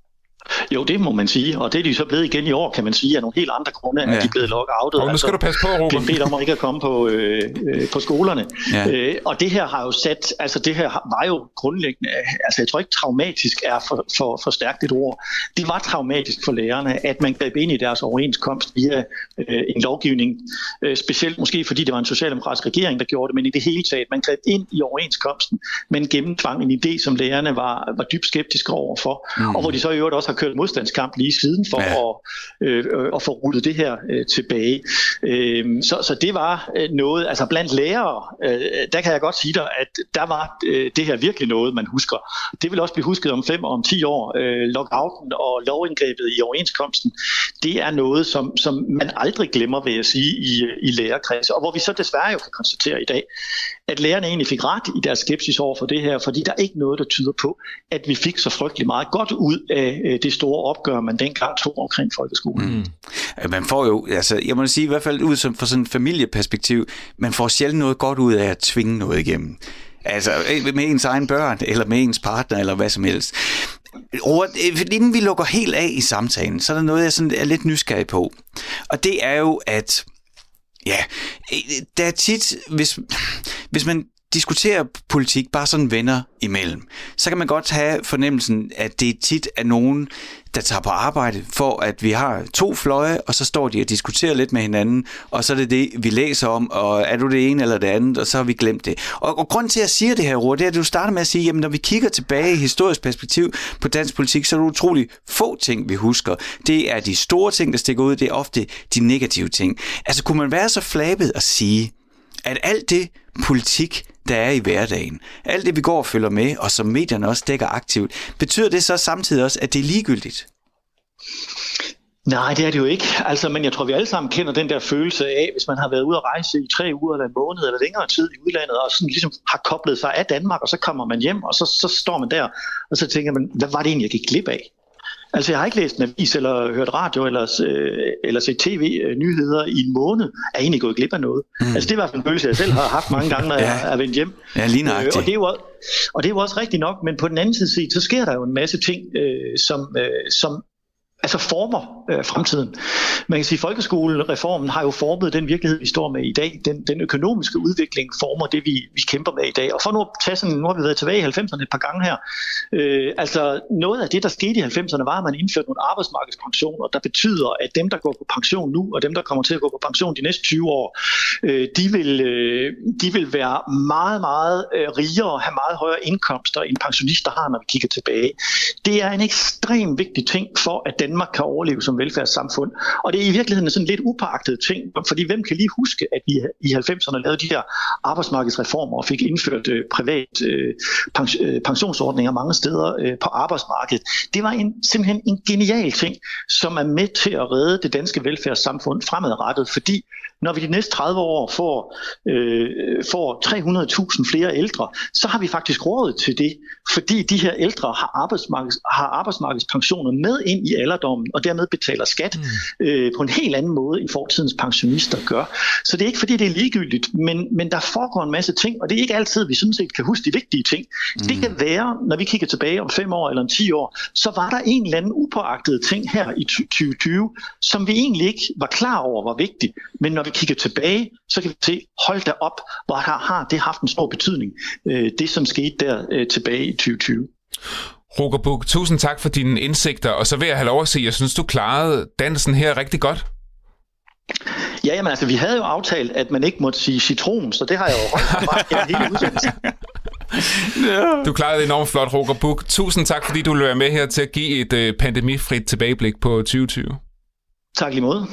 Jo, det må man sige, og det er de så blevet igen i år, kan man sige, af nogle helt andre grunde, at ja. de er blevet lockoutet. Og nu skal altså, du passe på, Robert. Blevet bedt om at ikke at komme på, øh, øh, på skolerne. Ja. Øh, og det her har jo sat, altså det her var jo grundlæggende, altså jeg tror ikke traumatisk er for, for, for stærkt et ord. Det var traumatisk for lærerne, at man greb ind i deres overenskomst via øh, en lovgivning, øh, specielt måske fordi det var en socialdemokratisk regering, der gjorde det, men i det hele taget, man greb ind i overenskomsten, men gennemtvang en idé, som lærerne var, var dybt skeptiske overfor, mm. og hvor de så i øvrigt også har kørt modstandskamp lige siden for ja. at, øh, at få rullet det her øh, tilbage. Øh, så, så det var øh, noget, altså blandt lærere, øh, der kan jeg godt sige dig, at der var øh, det her virkelig noget, man husker. Det vil også blive husket om fem og om ti år. Øh, lockouten og lovindgrebet i overenskomsten, det er noget, som, som man aldrig glemmer, vil jeg sige, i, i lærerkredse. Og hvor vi så desværre jo kan konstatere i dag, at lærerne egentlig fik ret i deres skepsis over for det her, fordi der er ikke noget, der tyder på, at vi fik så frygtelig meget godt ud af øh, det store opgør, man dengang tog omkring folkeskolen. Mm. Man får jo, altså jeg må sige i hvert fald ud som for sådan et familieperspektiv, man får sjældent noget godt ud af at tvinge noget igennem. Altså med ens egen børn, eller med ens partner, eller hvad som helst. Robert, inden vi lukker helt af i samtalen, så er der noget, jeg sådan er lidt nysgerrig på. Og det er jo, at ja, der er tit, hvis, hvis man diskuterer politik bare sådan venner imellem, så kan man godt have fornemmelsen, at det tit er nogen, der tager på arbejde for, at vi har to fløje, og så står de og diskuterer lidt med hinanden, og så er det det, vi læser om, og er du det ene eller det andet, og så har vi glemt det. Og, og grunden til, at jeg siger det her, Roar, det er, at du starter med at sige, jamen når vi kigger tilbage i historisk perspektiv på dansk politik, så er det utrolig få ting, vi husker. Det er de store ting, der stikker ud, det er ofte de negative ting. Altså kunne man være så flabet at sige, at alt det politik, der er i hverdagen, alt det vi går og følger med, og som medierne også dækker aktivt, betyder det så samtidig også, at det er ligegyldigt? Nej, det er det jo ikke. Altså, men jeg tror, vi alle sammen kender den der følelse af, hvis man har været ude at rejse i tre uger eller en måned eller længere tid i udlandet, og sådan ligesom har koblet sig af Danmark, og så kommer man hjem, og så, så står man der, og så tænker man, hvad var det egentlig, jeg gik glip af? Altså, jeg har ikke læst en avis, eller hørt radio, eller, øh, eller set tv-nyheder i en måned, er egentlig gået glip af noget. Mm. Altså, det er i hvert fald en følelse, jeg selv har haft mange gange, når ja. jeg er vendt hjem. Ja, lige nøjagtigt. Øh, og, det er jo, og det er jo også rigtigt nok, men på den anden side set, så sker der jo en masse ting, øh, som, øh, som altså former øh, fremtiden. Man kan sige, at folkeskolereformen har jo formet den virkelighed, vi står med i dag. Den, den økonomiske udvikling former det, vi, vi kæmper med i dag. Og for nu at tage sådan, nu har vi været tilbage i halvfemserne et par gange her. Øh, altså noget af det, der skete i halvfemserne, var, at man indførte nogle arbejdsmarkedspensioner, der betyder, at dem, der går på pension nu, og dem, der kommer til at gå på pension de næste tyve år, øh, de, vil, øh, de vil være meget, meget øh, rigere og have meget højere indkomster, end pensionister har, når vi kigger tilbage. Det er en ekstremt vigtig ting for, at den Danmark kan overleve som velfærdssamfund. Og det er i virkeligheden sådan lidt upåagtet ting, fordi hvem kan lige huske, at vi i halvfemserne lavede de her arbejdsmarkedsreformer og fik indført øh, privat øh, pensionsordninger mange steder øh, på arbejdsmarkedet. Det var en, simpelthen en genial ting, som er med til at redde det danske velfærdssamfund fremadrettet, fordi når vi de næste tredive år får, øh, får tre hundrede tusind flere ældre, så har vi faktisk råd til det, fordi de her ældre har, arbejdsmarkeds, har arbejdsmarkedspensioner med ind i alderdommen, og dermed betaler skat mm. øh, på en helt anden måde, end fortidens pensionister gør. Så det er ikke fordi, det er ligegyldigt, men, men der foregår en masse ting, og det er ikke altid, vi sådan set kan huske de vigtige ting. Mm. Det kan være, når vi kigger tilbage om fem år eller om ti år, så var der en eller anden upåagtet ting her i tyve tyve, som vi egentlig ikke var klar over var vigtigt, men når vi kigger tilbage, så kan vi se, hold da op, hvor har, har det haft en stor betydning, øh, det som skete der øh, tilbage i tyve tyve. Roger Buch, tusind tak for dine indsigter, og så vil jeg have lov at sige, jeg synes, du klarede dansen her rigtig godt. Ja, jamen altså, vi havde jo aftalt, at man ikke måtte sige citron, så det har jeg jo holdt meget gennem hele udsendelsen. Du klarede det enormt flot, Roger Buch. Tusind tak, fordi du vil være med her til at give et øh, pandemifrit tilbageblik på tyve tyve. Tak lige måde.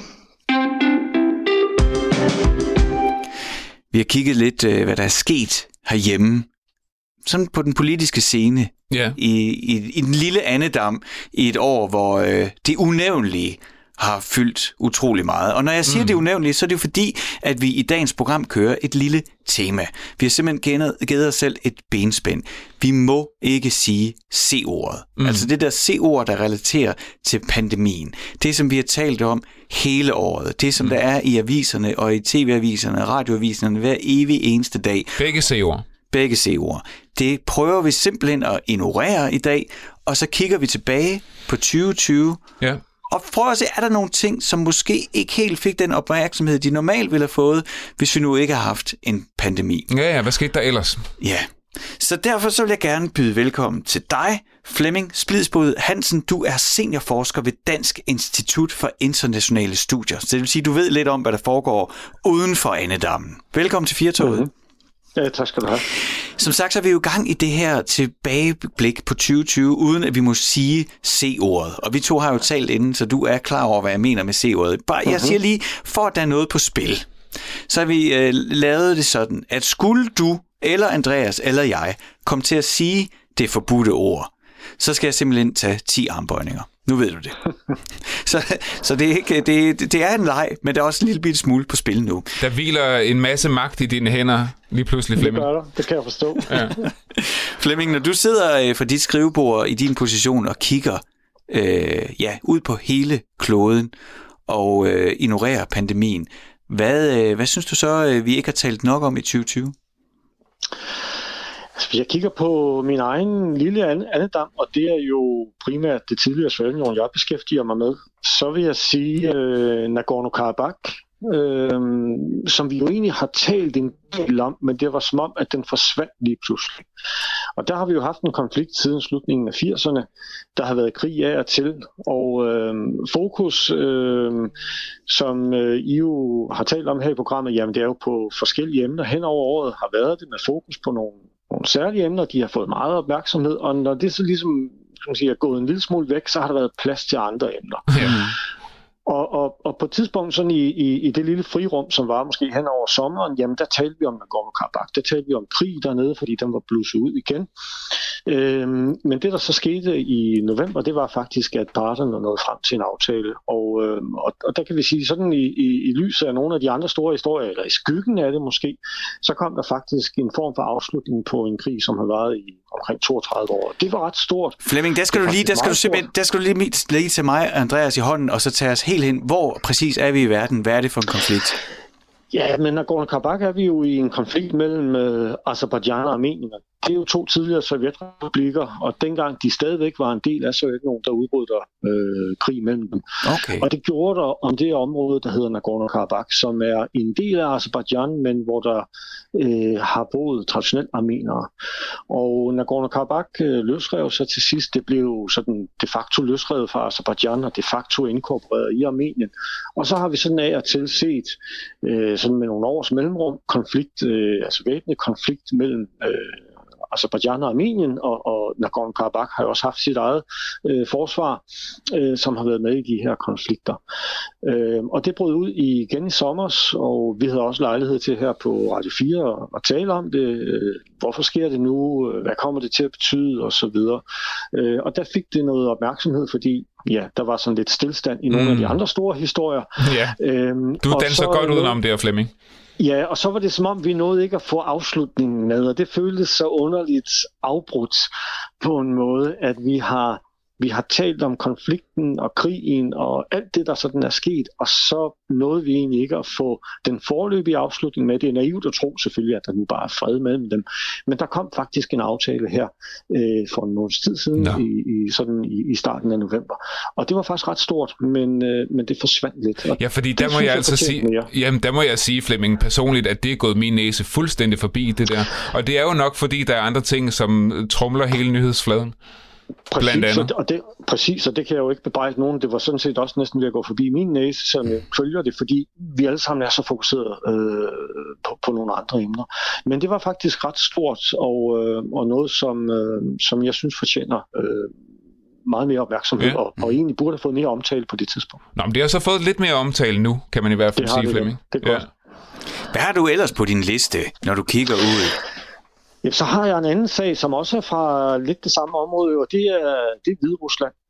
Vi har kigget lidt, hvad der er sket herhjemme, sådan på den politiske scene, yeah. i, i, i den lille andedam i et år, hvor øh, det unævnlige har fyldt utrolig meget. Og når jeg siger mm. det unævnligt, så er det jo fordi, at vi i dagens program kører et lille tema. Vi har simpelthen givet os selv et benspænd. Vi må ikke sige C-ordet. Mm. Altså det der C-ord, der relaterer til pandemien. Det, som vi har talt om hele året. Det, som mm. der er i aviserne og i tv-aviserne og radioaviserne hver evig eneste dag. Begge C-ord. Begge C-ord. Det prøver vi simpelthen at ignorere i dag, og så kigger vi tilbage på tyve tyve, ja. og prøver at se, er der nogle ting, som måske ikke helt fik den opmærksomhed, de normalt ville have fået, hvis vi nu ikke har haft en pandemi. Ja, ja, hvad skete der ellers? Ja, så derfor så vil jeg gerne byde velkommen til dig, Flemming Splidsbod Hansen. Du er seniorforsker ved Dansk Institut for Internationale Studier. Så det vil sige, du ved lidt om, hvad der foregår uden for andedammen. Velkommen til Firtoget. Mm-hmm. Ja, tak skal du have. Som sagt, så er vi jo i gang i det her tilbageblik på tyve tyve, uden at vi må sige C-ordet. Og vi to har jo talt inden, så du er klar over, hvad jeg mener med C-ordet. Bare, jeg siger lige, for at der er noget på spil, så har vi øh, lavet det sådan, at skulle du, eller Andreas, eller jeg, komme til at sige det forbudte ord, så skal jeg simpelthen tage ti armbøjninger. Nu ved du det. Så, så det, er ikke, det, det er en leg, men der er også en lille bitte smule på spil nu. Der hviler en masse magt i dine hænder lige pludselig, Flemming. Det gør der. Det kan jeg forstå. Ja. Flemming, når du sidder fra dit skrivebord i din position og kigger øh, ja, ud på hele kloden og øh, ignorerer pandemien, hvad, øh, hvad synes du så, øh, vi ikke har talt nok om i tyve tyve? Hvis jeg kigger på min egen lille andedam, og det er jo primært det tidligere Sovjetunionen, jeg beskæftiger mig med, så vil jeg sige øh, Nagorno-Karabakh, øh, som vi jo egentlig har talt en del om, men det var som om, at den forsvandt lige pludselig. Og der har vi jo haft en konflikt siden slutningen af firserne. Der har været krig af og til, og øh, fokus, øh, som øh, I jo har talt om her i programmet, jamen det er jo på forskellige emner. Hen over året har været det med fokus på nogle nogle særlige emner, de har fået meget opmærksomhed, og når det så ligesom som siger, er gået en lille smule væk, så har der været plads til andre emner. Ja. Og, og, og på et tidspunkt sådan i, i, i det lille frirum, som var måske hen over sommeren, jamen der talte vi om Nagorno-Karabakh, der talte vi om krig dernede, fordi den var blusset ud igen. Øhm, men det der så skete i november, det var faktisk, at parterne nåede frem til en aftale. Og, øhm, og, og der kan vi sige sådan i, i, i lyset af nogle af de andre store historier, eller i skyggen af det måske, så kom der faktisk en form for afslutning på en krig, som har varet i omkring toogtredive år. Det var ret stort. Flemming, der skal du lige, der skal du simpelthen, der skal du lige lige til mig, Andreas, i hånden, og så tage os helt hen. Hvor præcis er vi i verden? Hvad er det for en konflikt? Ja, men Nagorno-Karabakh er vi jo i en konflikt mellem øh, Aserbajdsjan og Armenien. Det er jo to tidligere sovjetrepublikker, og dengang de stadigvæk var en del af Sovjetunionen, der udbrød der øh, krig mellem dem. Okay. Og det gjorde der om det område, der hedder Nagorno-Karabakh, som er en del af Aserbajdsjan, men hvor der øh, har boet traditionelt armenere. Og Nagorno-Karabakh øh, løsrev så til sidst. Det blev sådan de facto løsrevet fra Aserbajdsjan og de facto inkorporeret i Armenien. Og så har vi sådan af og til set øh, sådan med nogle års mellemrum konflikt, øh, altså væbnet konflikt mellem øh, Aserbajdsjan og Armenien, og, og Nagorno-Karabakh har jo også haft sit eget øh, forsvar, øh, som har været med i de her konflikter. Øh, og det brød ud igen i sommer, og vi havde også lejlighed til her på Radio fire at, at tale om det. Øh, hvorfor sker det nu? Hvad kommer det til at betyde? Og så videre. Øh, og der fik det noget opmærksomhed, fordi ja, der var sådan lidt stillstand i nogle mm. af de andre store historier. Ja. Øhm, du danser godt udenom det, Flemming. Ja, og så var det som om, vi nåede ikke at få afslutningen med, og det føltes så underligt afbrudt på en måde, at vi har, vi har talt om konflikten og krigen og alt det, der sådan er sket, og så nåede vi egentlig ikke at få den foreløbige afslutning med. Det er naivt at tro selvfølgelig, at der nu bare er fred mellem dem, men der kom faktisk en aftale her øh, for en måneds tid siden i, i, sådan i, i starten af november, og det var faktisk ret stort, men, øh, men det forsvandt lidt. Ja, fordi der må jeg, jeg altså sige, jamen, der må jeg sige, Flemming, personligt, at det er gået min næse fuldstændig forbi det der, og det er jo nok, fordi der er andre ting, som tromler hele nyhedsfladen. Præcis og, og det, præcis, og det kan jeg jo ikke bebrejde nogen. Det var sådan set også næsten ved at gå forbi min næse, som jeg følger det, fordi vi alle sammen er så fokuseret øh, på, på nogle andre emner. Men det var faktisk ret stort, og, øh, og noget, som, øh, som jeg synes fortjener øh, meget mere opmærksomhed, ja. og, og egentlig burde have fået mere omtale på det tidspunkt. Nå, men det har så fået lidt mere omtale nu, kan man i hvert fald sige, Flemming. Det er godt. Ja. Hvad har du ellers på din liste, når du kigger ud? Ja, så har jeg en anden sag, som også er fra lidt det samme område, og det er, det er Hviderusland.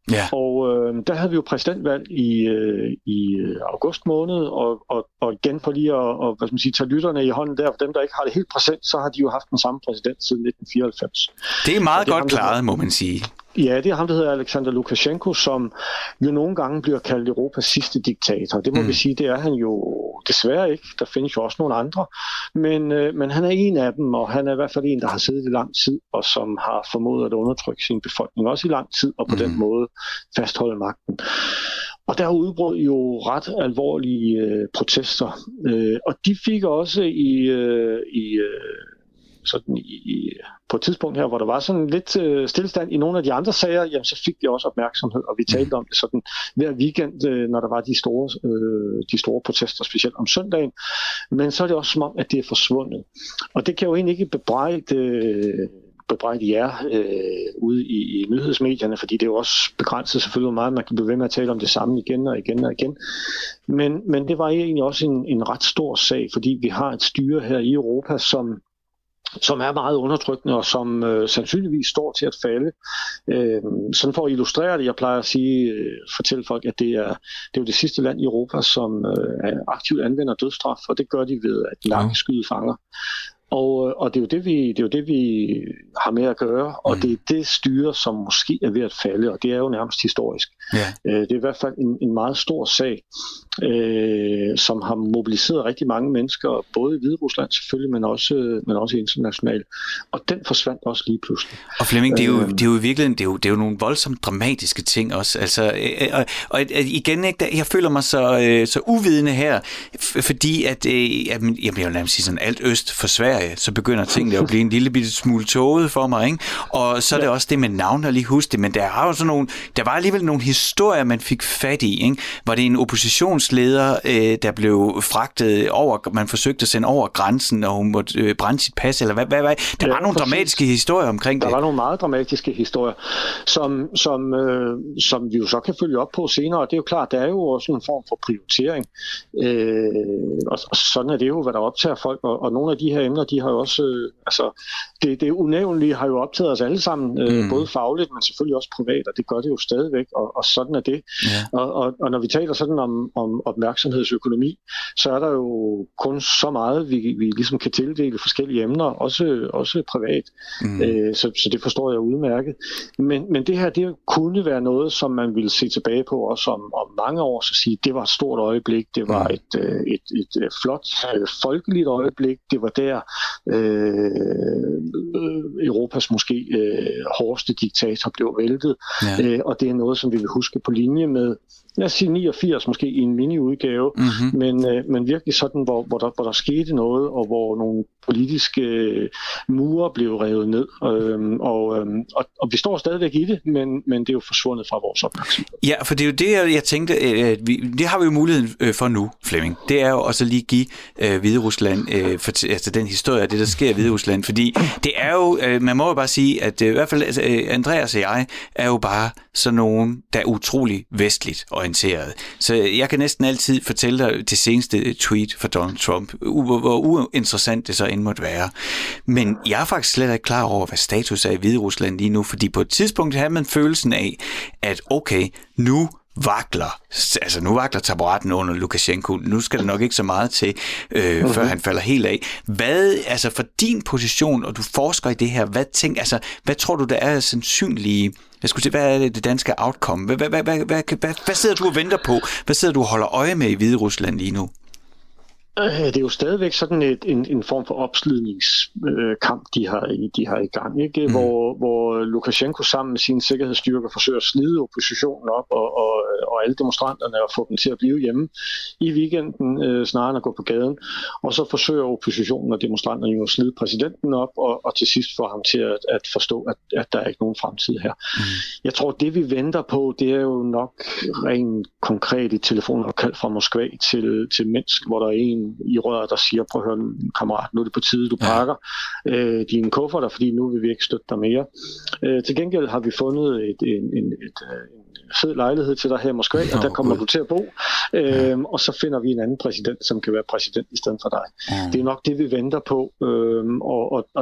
Ja. Og øh, der havde vi jo præsidentvalg i, øh, i august måned, og, og, og igen for lige at og, hvad skal man sige, tage lytterne i hånden der, for dem, der ikke har det helt præsent, så har de jo haft den samme præsident siden nitten fireoghalvfems. Det er meget det er godt ham, klaret, må man sige. Ja, det er ham, der hedder Alexander Lukashenko, som jo nogle gange bliver kaldt Europas sidste diktator. Det må mm. vi sige, det er han jo desværre ikke. Der findes jo også nogle andre. Men, øh, men han er en af dem, og han er i hvert fald en, der har siddet i lang tid, og som har formået at undertrykke sin befolkning også i lang tid, og på mm. den måde fastholde magten. Og der udbrød jo ret alvorlige øh, protester. Øh, og de fik også i... Øh, i øh, sådan i, på et tidspunkt her, hvor der var sådan lidt øh, stillestand i nogle af de andre sager, jamen så fik de også opmærksomhed, og vi talte om det sådan hver weekend, øh, når der var de store, øh, de store protester, specielt om søndagen. Men så er det også som om, at det er forsvundet. Og det kan jo egentlig ikke bebrejde, øh, bebrejde jer øh, ude i, i nyhedsmedierne, fordi det er jo også begrænset selvfølgelig meget, man kan blive ved med at tale om det samme igen og igen og igen. Men, men det var egentlig også en, en ret stor sag, fordi vi har et styre her i Europa, som som er meget undertrykkende, og som øh, sandsynligvis står til at falde. Øh, sådan for at illustrere det, jeg plejer at sige, øh, fortælle folk, at det er, det er jo det sidste land i Europa, som øh, aktivt anvender dødsstraf, og det gør de ved at nakkeskyde fanger. Og, og det er jo det, vi, det er jo det, vi har med at gøre, og mm. det er det styre, som måske er ved at falde, og det er jo nærmest historisk. Yeah. Det er i hvert fald en, en meget stor sag, øh, som har mobiliseret rigtig mange mennesker, både i Hviderusland selvfølgelig, men også, men også internationalt. Og den forsvandt også lige pludselig. Og Flemming, det er jo, det er jo i virkeligheden, det er jo, det er jo nogle voldsomt dramatiske ting også. Altså, og, og igen, jeg føler mig så, så uvidende her, fordi at, jeg bliver jo nærmest sige sådan, alt øst for Sverige, så begynder tingene at blive en lille bitte smule tåget for mig, ikke? Og så er det ja. også det med navn, og lige huske det, men der har jo sådan nogle, der var alligevel nogle historier, man fik fat i, ikke? Var det en oppositionsleder, øh, der blev fragtet over, man forsøgte at sende over grænsen, og hun måtte øh, brænde sit pas, eller hvad, hvad, hvad? Der ja, var nogle præcis. dramatiske historier omkring der det. Der var nogle meget dramatiske historier, som, som, øh, som vi jo så kan følge op på senere, og det er jo klart, der er jo også en form for prioritering, øh, og, og sådan er det jo, hvad der optager folk, og, og nogle af de her emner, de har jo også, øh, altså, det, det unævnlige har jo optaget os alle sammen, øh, mm. både fagligt, men selvfølgelig også privat, og det gør det jo stadigvæk, og, og sådan er det. Ja. Og, og, og når vi taler sådan om, om opmærksomhedsøkonomi, så er der jo kun så meget, vi, vi ligesom kan tildele forskellige emner, også, også privat, mm. øh, så, så det forstår jeg udmærket. Men, men det her, det kunne være noget, som man ville se tilbage på også om, om mange år, så sige, det var et stort øjeblik, det var mm. et, et, et, et flot øh, folkeligt øjeblik, det var der Øh, Europas måske øh, hårdeste diktator blev væltet, ja. øh, og det er noget, som vi vil huske på linje med, lad os sige niogfirs måske i en mini-udgave, mm-hmm. men, øh, men virkelig sådan, hvor, hvor, der, hvor der skete noget, og hvor nogle politiske øh, mure blev revet ned, øh, og, øh, og, og vi står stadigvæk i det, men, men det er jo forsvundet fra vores opmærksomhed. Ja, for det er jo det, jeg, jeg tænkte, at vi, det har vi jo muligheden for nu, Flemming. Det er jo også lige give øh, Hviderusland, øh, for, altså den historie af det, der sker i Hviderusland, fordi det er jo, øh, man må jo bare sige, at øh, i hvert fald altså, øh, Andreas og jeg er jo bare sådan nogen, der er utrolig vestligt orienteret. Så jeg kan næsten altid fortælle dig det seneste tweet fra Donald Trump, hvor, hvor uinteressant det så end måtte være. Men jeg er faktisk slet ikke klar over, hvad status er i Hviderusland lige nu, fordi på et tidspunkt havde man følelsen af, at okay, nu vakler, altså nu vakler taburetten under Lukashenko, nu skal der nok ikke så meget til, øh, uh-huh. før han falder helt af. Hvad, altså for din position, og du forsker i det her, hvad, tænk, altså, hvad tror du, der er sandsynlige, jeg skulle sige, hvad er det, det danske outcome? Hvad, hvad, hvad, hvad, hvad, hvad, hvad sidder du og venter på? Hvad sidder du og holder øje med i Hviderusland lige nu? Det er jo stadigvæk sådan et, en, en form for opslidningskamp, de har, de har i gang, ikke? Mm. Hvor, hvor Lukashenko sammen med sine sikkerhedsstyrker forsøger at slide oppositionen op og, og, og alle demonstranterne og få dem til at blive hjemme i weekenden, øh, snarere end at gå på gaden. Og så forsøger oppositionen og demonstranterne jo at slide præsidenten op og, og til sidst få ham til at, at forstå, at, at der er ikke nogen fremtid her. Mm. Jeg tror, det vi venter på, det er jo nok rent konkret i telefonopkald fra Moskva til, til Minsk, hvor der er en i røret, der siger, prøv at høre, kammerat, nu er det på tide, du pakker ja. øh, dine kufferter, fordi nu vil vi ikke støtte dig mere. Øh, til gengæld har vi fundet et, en, en, et, en fed lejlighed til dig her i Moskva, oh, og der kommer God. du til at bo, øh, ja. og så finder vi en anden præsident, som kan være præsident i stedet for dig. Ja. Det er nok det, vi venter på, øh, og, og, og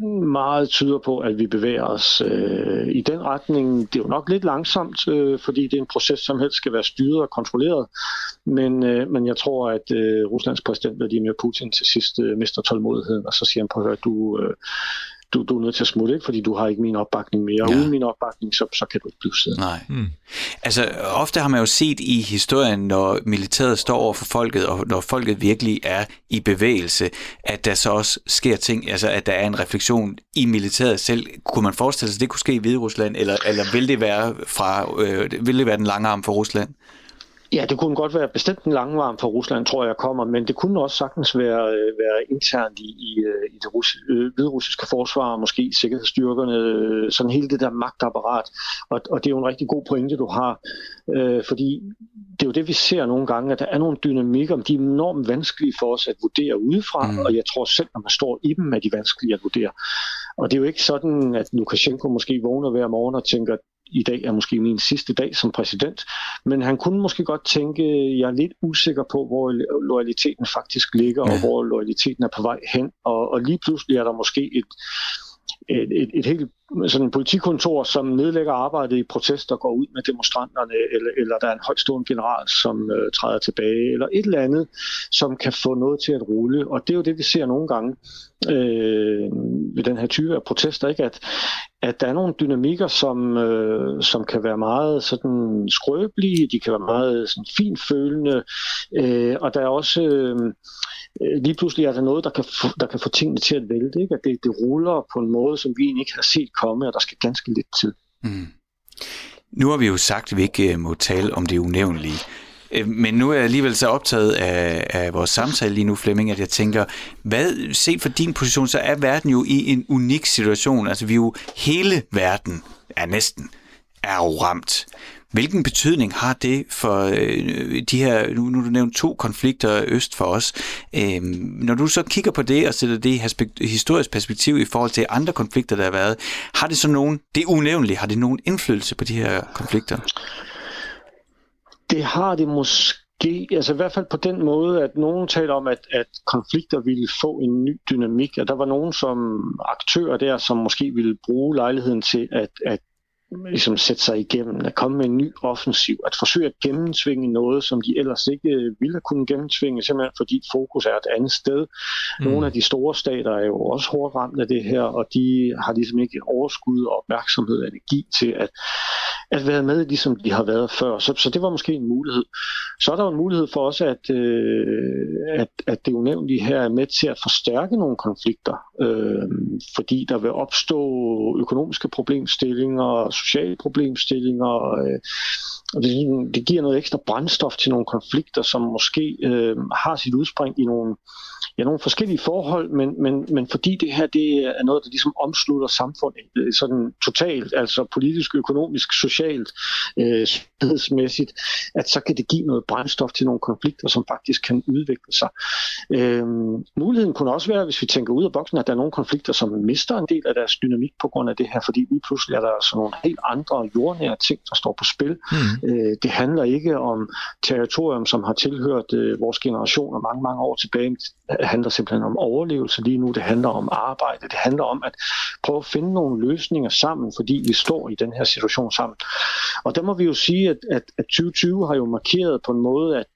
meget tyder på, at vi bevæger os øh, i den retning. Det er jo nok lidt langsomt, øh, fordi det er en proces, som helst skal være styret og kontrolleret. Men, øh, men jeg tror, at øh, Ruslands præsident Vladimir Putin til sidst øh, mister tålmodigheden, og så siger han på at høre, du... Øh, Du, du er nødt til at smutte, ikke? Fordi du har ikke min opbakning mere. Ja. Uden min opbakning, så, så kan du ikke blive siddende. Nej. Mm. Altså, ofte har man jo set i historien, når militæret står over for folket, og når folket virkelig er i bevægelse, at der så også sker ting, altså at der er en refleksion i militæret selv. Kunne man forestille sig, at det kunne ske i Hviderusland, eller, eller vil det være fra, øh, vil det være den lange arm for Rusland? Ja, det kunne godt være bestemt en langvarm for Rusland, tror jeg kommer, men det kunne også sagtens være, være internt i, i, i det russi, øh, hviderussiske forsvar, måske sikkerhedsstyrkerne, sådan hele det der magtapparat. Og, og det er jo en rigtig god pointe, du har, øh, fordi det er jo det, vi ser nogle gange, at der er nogle dynamikker, men de er enormt vanskelige for os at vurdere udefra, mm. og jeg tror selv, når man står i dem, er de vanskelige at vurdere. Og det er jo ikke sådan, at Lukashenko måske vågner hver morgen og tænker, i dag er måske min sidste dag som præsident, men han kunne måske godt tænke, jeg er lidt usikker på, hvor loyaliteten faktisk ligger, ja. Og hvor loyaliteten er på vej hen, og, og lige pludselig er der måske et, et, et, et helt sådan en politikontor, som nedlægger arbejdet i protester, går ud med demonstranterne, eller, eller der er en højtstående general, som øh, træder tilbage, eller et eller andet, som kan få noget til at rulle, og det er jo det, vi ser nogle gange øh, ved den her type af protester, ikke? At, at der er nogle dynamikker, som, øh, som kan være meget sådan skrøbelige, de kan være meget sådan finfølende, øh, og der er også øh, lige pludselig er der noget, der kan få, der kan få tingene til at vælte, ikke? At det, det ruller på en måde, som vi egentlig ikke har set komme, og der skal ganske lidt tid. Mm. Nu har vi jo sagt, at vi ikke må tale om det unævnlige. Men nu er jeg alligevel så optaget af, af vores samtale lige nu, Flemming, at jeg tænker, hvad, set fra din position, så er verden jo i en unik situation. Altså vi er jo, hele verden er næsten, er jo ramt. Hvilken betydning har det for øh, de her, nu, nu har du nævnt to konflikter øst for os. Øh, når du så kigger på det og sætter det i aspekt, historisk perspektiv i forhold til andre konflikter, der har været, har det så nogen, det unævnlige, har det nogen indflydelse på de her konflikter? Det har det måske, altså i hvert fald på den måde, at nogen taler om, at, at konflikter ville få en ny dynamik, og der var nogen som aktører der, som måske ville bruge lejligheden til at, at ligesom sætte sig igennem, at komme med en ny offensiv, at forsøge at gennemtvinge noget, som de ellers ikke ville have kunnet gennemtvinge, simpelthen fordi fokus er et andet sted. Mm. Nogle af de store stater er jo også hårdt ramt af det her, og de har ligesom ikke overskud og opmærksomhed og energi til at, at være med, ligesom de har været før. Så, så det var måske en mulighed. Så er der jo en mulighed for os, at, øh, at, at det unævnlige her er med til at forstærke nogle konflikter, øh, fordi der vil opstå økonomiske problemstillinger, sociale problemstillinger. Øh, og det, det giver noget ekstra brændstof til nogle konflikter, som måske øh, har sit udspring i nogle, ja, nogle forskellige forhold, men, men, men fordi det her det er noget, der ligesom omslutter samfundet sådan totalt, altså politisk, økonomisk, socialt, øh, stedsmæssigt, at så kan det give noget brændstof til nogle konflikter, som faktisk kan udvikle sig. Øh, muligheden kunne også være, hvis vi tænker ud af boksen, at der er nogle konflikter, som mister en del af deres dynamik på grund af det her, fordi lige pludselig er der altså nogle helt andre jordnære ting, der står på spil. Mm. Øh, det handler ikke om territorium, som har tilhørt øh, vores generationer mange, mange år tilbage. Det handler simpelthen om overlevelse lige nu. Det handler om arbejde. Det handler om at prøve at finde nogle løsninger sammen, fordi vi står i den her situation sammen. Og der må vi jo sige, at, at, at tyve tyve har jo markeret på en måde, at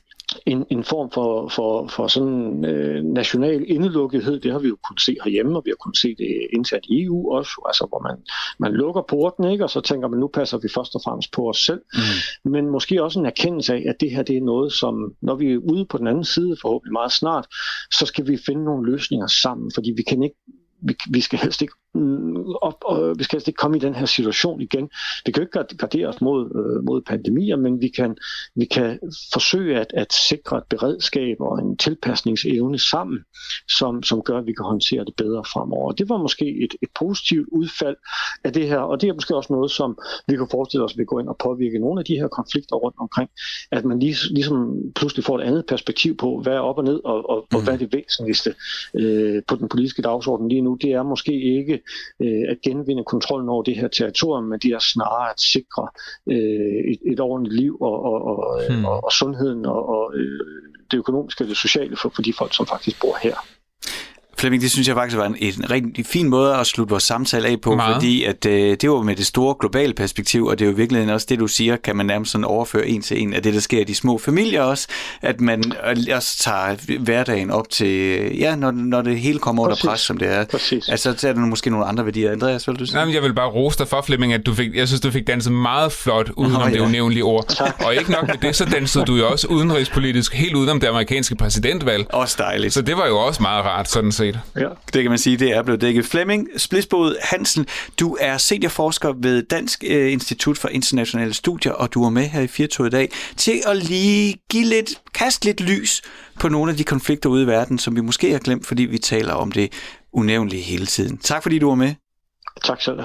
En, en form for, for, for sådan øh, national indelukkethed, det har vi jo kunnet se herhjemme, og vi har kunnet se det internt i E U også, altså hvor man, man lukker porten, ikke, og så tænker man, nu passer vi først og fremmest på os selv. Mm. Men måske også en erkendelse af, at det her det er noget, som når vi er ude på den anden side, forhåbentlig meget snart, så skal vi finde nogle løsninger sammen, fordi vi kan ikke Vi, vi skal helst ikke op, og vi skal helst ikke komme i den her situation igen. Vi kan jo ikke gardere os mod, øh, mod pandemier, men vi kan, vi kan forsøge at, at sikre et beredskab og en tilpasningsevne sammen, som, som gør, at vi kan håndtere det bedre fremover. Det var måske et, et positivt udfald af det her, og det er måske også noget, som vi kan forestille os vil gå ind og påvirke nogle af de her konflikter rundt omkring, at man lige, ligesom pludselig får et andet perspektiv på, hvad er op og ned, og, og, og hvad er det væsentligste øh, på den politiske dagsorden lige nu. Det er måske ikke øh, at genvinde kontrollen over det her territorium, men det er snarere at sikre øh, et, et ordentligt liv og, og, og, hmm. og, og sundheden og, og øh, det økonomiske og det sociale for, for de folk, som faktisk bor her. Flemming, det synes jeg faktisk var en, en rigtig fin måde at slutte vores samtale af på, Meget. fordi at, øh, det var med det store globale perspektiv, og det er jo virkelig også det, du siger, kan man nærmest sådan overføre en til en af det, der sker i de små familier også, at man også tager hverdagen op til, ja, når, når det hele kommer under pres, som det er. Præcis. Altså, så er der måske nogle andre værdier. Andreas, vil du sige? Nej, men jeg vil bare rose dig for, Flemming, at du fik, jeg synes, du fik danset meget flot udenom oh, ja. det unævnlige ord. Tak. Og ikke nok med det, så dansede du jo også udenrigspolitisk helt udenom det amerikanske præsidentvalg. Også dejligt. Så det var jo også meget rart, sådan set. Ja, det kan man sige, det er blevet dækket. Flemming Splidsbod Hansen, du er seniorforsker ved Dansk øh, Institut for Internationale Studier, og du er med her i Firtog i dag til at lige give lidt, kaste lidt lys på nogle af de konflikter ude i verden, som vi måske har glemt, fordi vi taler om det unævnlige hele tiden. Tak fordi du var med. Tak selv.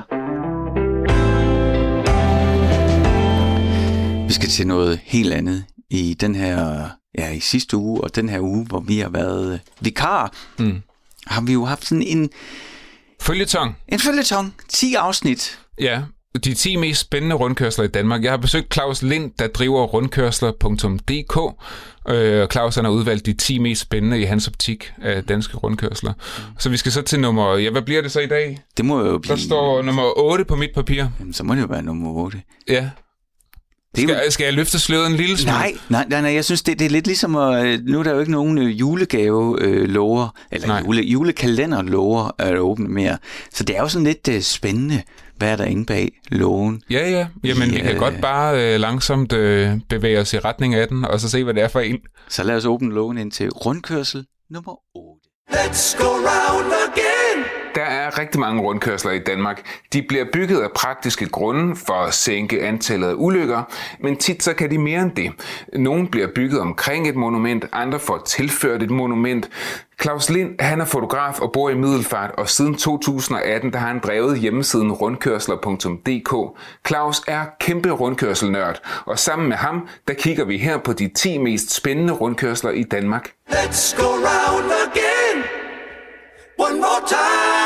Vi skal til noget helt andet i den her, ja, i sidste uge og den her uge, hvor vi har været vikar. Mm. Har vi jo haft sådan en føljeton. En føljeton. ti afsnit. Ja, de ti mest spændende rundkørsler i Danmark. Jeg har besøgt Claus Lind, der driver rundkørsler punktum d k. Og Claus han har udvalgt de ti mest spændende i hans optik af danske rundkørsler. Mm. Så vi skal så til nummer... Ja, hvad bliver det så i dag? Det må jo blive... Der står nummer otte på mit papir. Jamen, så må det jo være nummer otte. Ja. Skal, jo... skal jeg løfte sløret en lille smule? Nej, nej, nej, nej, jeg synes, det, det er lidt ligesom, at nu er der jo ikke nogen julegave-lover, eller jule, julekalender-lover at åbne mere. Så det er jo sådan lidt uh, spændende, hvad er der inde bag lågen. Ja, ja. Jamen, I, vi kan uh... godt bare uh, langsomt uh, bevæge os i retning af den, og så se, hvad det er for en. Så lad os åbne lågen ind til rundkørsel nummer otte. Let's go round again! Der er rigtig mange rundkørsler i Danmark. De bliver bygget af praktiske grunde for at sænke antallet af ulykker, men tit så kan de mere end det. Nogle bliver bygget omkring et monument, andre får tilført et monument. Claus Lind, han er fotograf og bor i Middelfart, og siden to tusind og atten der har han drevet hjemmesiden rundkørsler punktum d k. Claus er kæmpe rundkørselnørd, og sammen med ham, der kigger vi her på de ti mest spændende rundkørsler i Danmark. Let's go round again! One more time!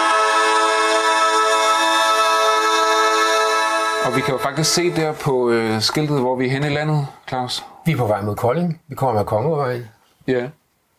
Og vi kan jo faktisk se der på øh, skiltet, hvor vi er henne i landet, Claus. Vi er på vej mod Kolding. Vi kommer med Kongevejen. Ja.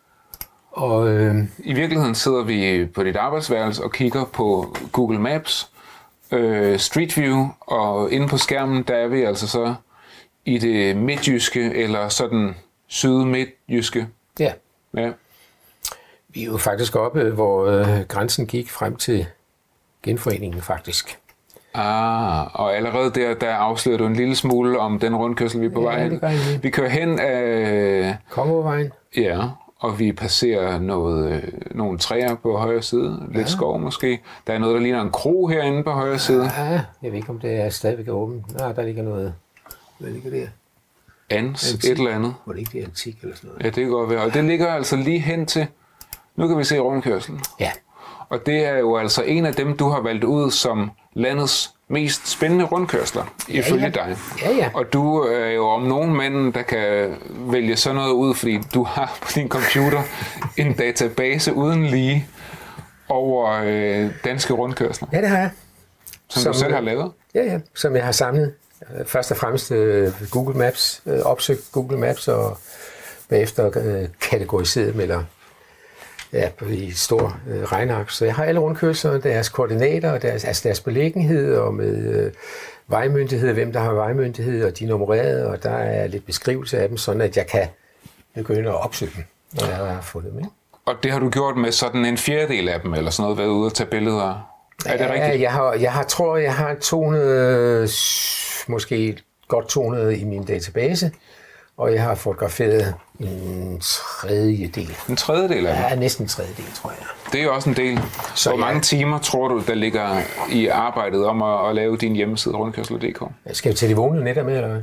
Og øh... i virkeligheden sidder vi på dit arbejdsværelse og kigger på Google Maps, øh, Street View, og inde på skærmen, der er vi altså så i det midtjyske, eller sådan syd-midtjyske. Ja. Ja. Vi er jo faktisk oppe, hvor øh, grænsen gik frem til genforeningen faktisk. Ah, og allerede der, der afslører du en lille smule om den rundkørsel, vi er på ja, vej hen. Det gør jeg. Vi kører hen af... Kongevejen. Ja, og vi passerer noget, øh, nogle træer på højre side. Lidt ja. skov måske. Der er noget, der ligner en kro herinde på højre side. Ja, jeg ved ikke, om det er stadigvæk åbent. Nej, der ligger noget... Hvad ligger der? Ans, antik. Et eller andet. Hvor det ikke det er antik eller sådan noget. Ja, det kan godt være. Og det ligger altså lige hen til... Nu kan vi se rundkørslen. Ja. Og det er jo altså en af dem, du har valgt ud som landets mest spændende rundkørsler, ja, ifølge ja. dig. Ja, ja. Og du er jo om nogen mand, der kan vælge sådan noget ud, fordi du har på din computer en database uden lige over øh, danske rundkørsler. Ja, det har jeg. Som, som du selv har lavet? Ja, ja. Som jeg har samlet. Først og fremmest øh, Google Maps, øh, opsøgt Google Maps, og bagefter øh, kategoriseret dem, eller ja, i store øh, regnark. Så jeg har alle rundkørsler, deres koordinater, og deres, altså deres beliggenhed, og med øh, vejmyndighed, hvem der har vejmyndighed, og de er nummereret, og der er lidt beskrivelse af dem, sådan at jeg kan begynde at opsøge dem, når jeg har fundet dem. Ikke? Og det har du gjort med sådan en fjerdedel af dem, eller sådan noget, været ude og tage billeder? Er det ja, rigtigt? Jeg har, jeg har, tror, jeg har to hundrede, måske godt to hundrede i min database, og jeg har fotograferet en tredjedel. En tredjedel af dem? Ja, næsten en tredjedel, tror jeg. Det er jo også en del. Så hvor mange ja. timer tror du, der ligger i arbejdet om at, at lave din hjemmeside rundkørsler punktum d k? Skal vi tage de vågne netter med, eller hvad?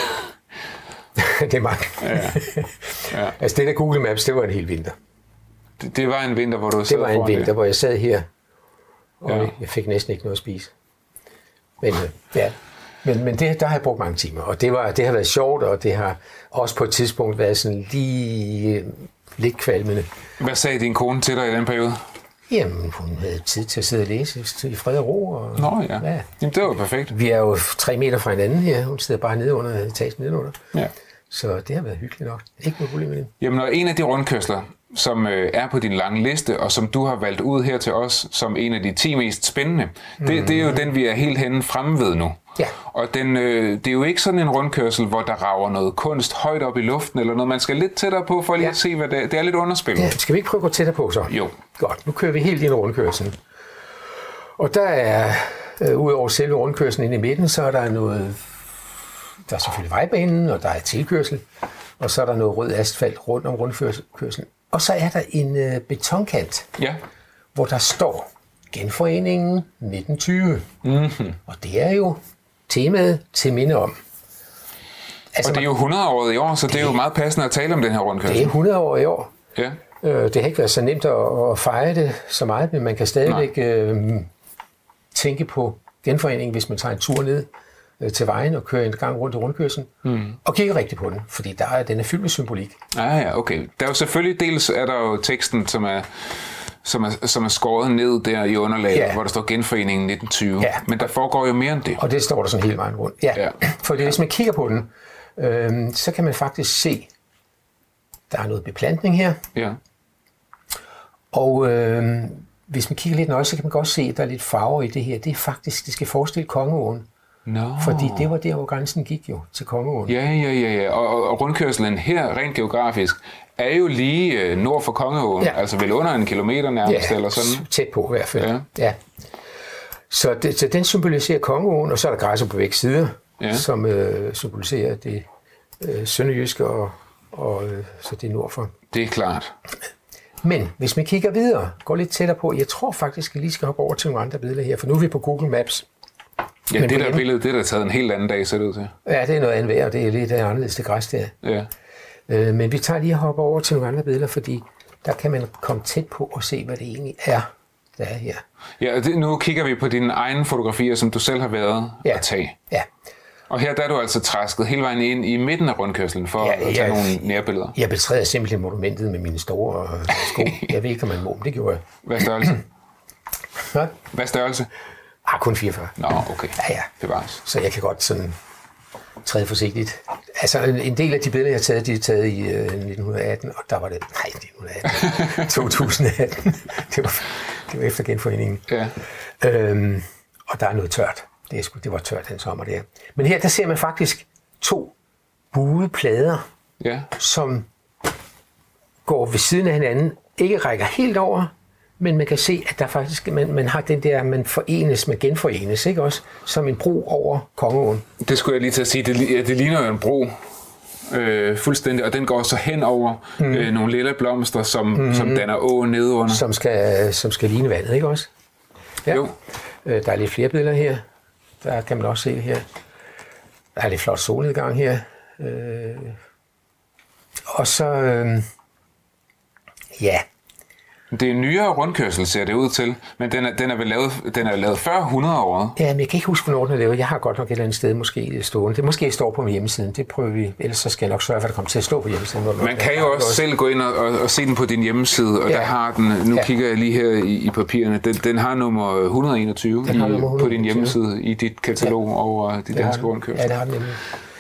Det er mange. Ja. Ja. Altså det der Google Maps, det var en hel vinter. Det, det var en vinter, hvor du sad Det var en vinter, det. hvor jeg sad her, og ja. jeg fik næsten ikke noget at spise. Men ja, men, men det, der har jeg brugt mange timer, og det, var, det har været sjovt, og det har også på et tidspunkt været sådan lige lidt kvalmende. Hvad sagde din kone til dig i den periode? Jamen, hun havde tid til at sidde og læse i fred og ro. Og, Nå ja, ja. Jamen, det var perfekt. Vi er jo tre meter fra hinanden her. Hun sidder bare nede under etagen nedenunder. Ja. Så det har været hyggeligt nok. Ikke noget problem med det. Jamen, og en af de rundkørsler, som øh, er på din lange liste, og som du har valgt ud her til os som en af de ti mest spændende, mm. det, det er jo den, vi er helt henne fremme ved nu. Ja. Og den, øh, det er jo ikke sådan en rundkørsel, hvor der rager noget kunst højt op i luften, eller noget, man skal lidt tættere på, for lige ja. at se, hvad det er. Det er lidt underspillet. Ja, skal vi ikke prøve at gå tættere på så? Jo. Godt, nu kører vi helt ind i rundkørselen. Og der er, øh, ud over selve rundkørslen inde i midten, så er der noget, der er selvfølgelig vejbanen, og der er tilkørsel, og så er der noget rød asfalt rundt om rundkørslen. Og så er der en øh, betonkant, ja. hvor der står Genforeningen nitten tyve. Mm-hmm. Og det er jo temaet til minde om. Altså, og det er jo hundrede-året i år, så det, det er jo meget passende at tale om den her rundkørsel. Det er hundrede år i år. Ja. Øh, det har ikke været så nemt at, at fejre det så meget, men man kan stadigvæk øh, tænke på Genforeningen, hvis man tager en tur ned øh, til vejen og kører en gang rundt i rundkørslen, mm. og kigger rigtigt på den, fordi der er, den er fyldt med symbolik. Ah ja, okay. Der er jo selvfølgelig, dels er der jo teksten, som er Som er, som er skåret ned der i underlaget, ja. hvor der står Genforeningen nitten tyve. Ja. Men der foregår jo mere end det. Og det står der sådan hele vejen rundt. Ja, ja. For hvis man kigger på den, øh, så kan man faktisk se, der er noget beplantning her. Ja. Og øh, hvis man kigger lidt nøje, så kan man godt se, at der er lidt farver i det her. Det er faktisk, det skal forestille Kongeåen. No. Fordi det var der, hvor grænsen gik jo til Kongeåen. Ja, ja, ja, ja. Og, og, og rundkørslen her, rent geografisk, er jo lige øh, nord for Kongeåen, ja. altså vel under en kilometer nærmest, ja, eller sådan. Tæt på i hvert fald. Ja. Ja. Så, det, så den symboliserer Kongeåen, og så er der græsser på begge sider, ja. som øh, symboliserer det øh, sønderjyske, og, og øh, så det er nord for. Det er klart. Men hvis man kigger videre, går lidt tættere på, jeg tror faktisk, at jeg lige skal hoppe over til nogle andre billeder her, for nu er vi på Google Maps. Ja, men det der billede, det er der taget en helt anden dag, ser det ud til. Ja, det er noget andet vejr, og det er lidt anderledes det græs der. Ja. Øh, men vi tager lige og hopper over til nogle andre billeder, fordi der kan man komme tæt på og se, hvad det egentlig er, der er her. Ja, det, nu kigger vi på dine egne fotografier, som du selv har været ja. at tage. Ja. Og her der er du altså trasket hele vejen ind i midten af rundkørslen for ja, at tage jeg, nogle nærbilleder. Jeg betræder simpelthen monumentet med mine store sko. Jeg ved ikke, om man må, men det gjorde jeg. Hvad størrelse? Hvad? Hvad størrelse? Ah, kun fireogfyrre. Nå, okay. Ja, ja. Bevares. Så jeg kan godt sådan træde forsigtigt. Altså, en del af de billeder, jeg har taget, de er taget i uh, nitten atten, og der var det... Nej, nitten atten. to tusind atten. det, var, det var efter Genforeningen. Ja. Øhm, og der er noget tørt. Det, er sgu, det var tørt den sommer der. Men her, der ser man faktisk to buede plader, ja. som går ved siden af hinanden, ikke rækker helt over, men man kan se, at der faktisk, man, man har den der, man forenes med genforenes, ikke også? Som en bro over Kongeåen. Det skulle jeg lige til at sige, det, det ligner jo en bro, øh, fuldstændig, og den går så hen over mm. øh, nogle lille blomster, som, mm-hmm. som danner åen nedenunder. Som skal, som skal ligne vandet, ikke også? Ja. Jo. Øh, der er lidt flere billeder her. Der kan man også se det her. Der er lidt flot solnedgang her. Øh, og så, øh, ja... Det er en nyere rundkørsel, ser det ud til, men den er, den er vel lavet, den er lavet før hundrede-året. Ja, men jeg kan ikke huske, hvornår den er lavet. Jeg har godt nok et eller andet sted måske stående. Det måske står på min hjemmeside. Det prøver vi. Ellers så skal jeg nok sørge for, at det kommer til at stå på hjemmesiden. Man kan jo også selv gå ind og, og, og se den på din hjemmeside, og ja. Der har den, nu ja. Kigger jeg lige her i, i papirerne, den, den har nummer et hundrede og enogtyve i, på din hjemmeside i dit katalog ja. Over de danske rundkørsler. Ja, det har den nemlig.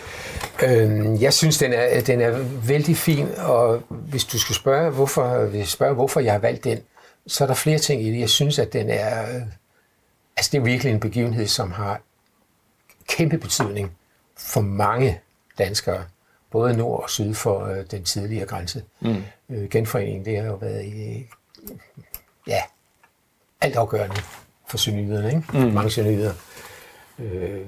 Øh, jeg synes, den er, den er vældig fin, og hvis du skal spørge hvorfor, hvis spørge, hvorfor jeg har valgt den, så er der flere ting i det. Jeg synes, at den er, altså det er virkelig en begivenhed, som har kæmpe betydning for mange danskere, både nord og syd for øh, den tidligere grænse. Mm. Øh, genforeningen, det har jo været i, ja, altafgørende for sønderjyderne, ikke? Mm. Mange sønderjyder. Øh,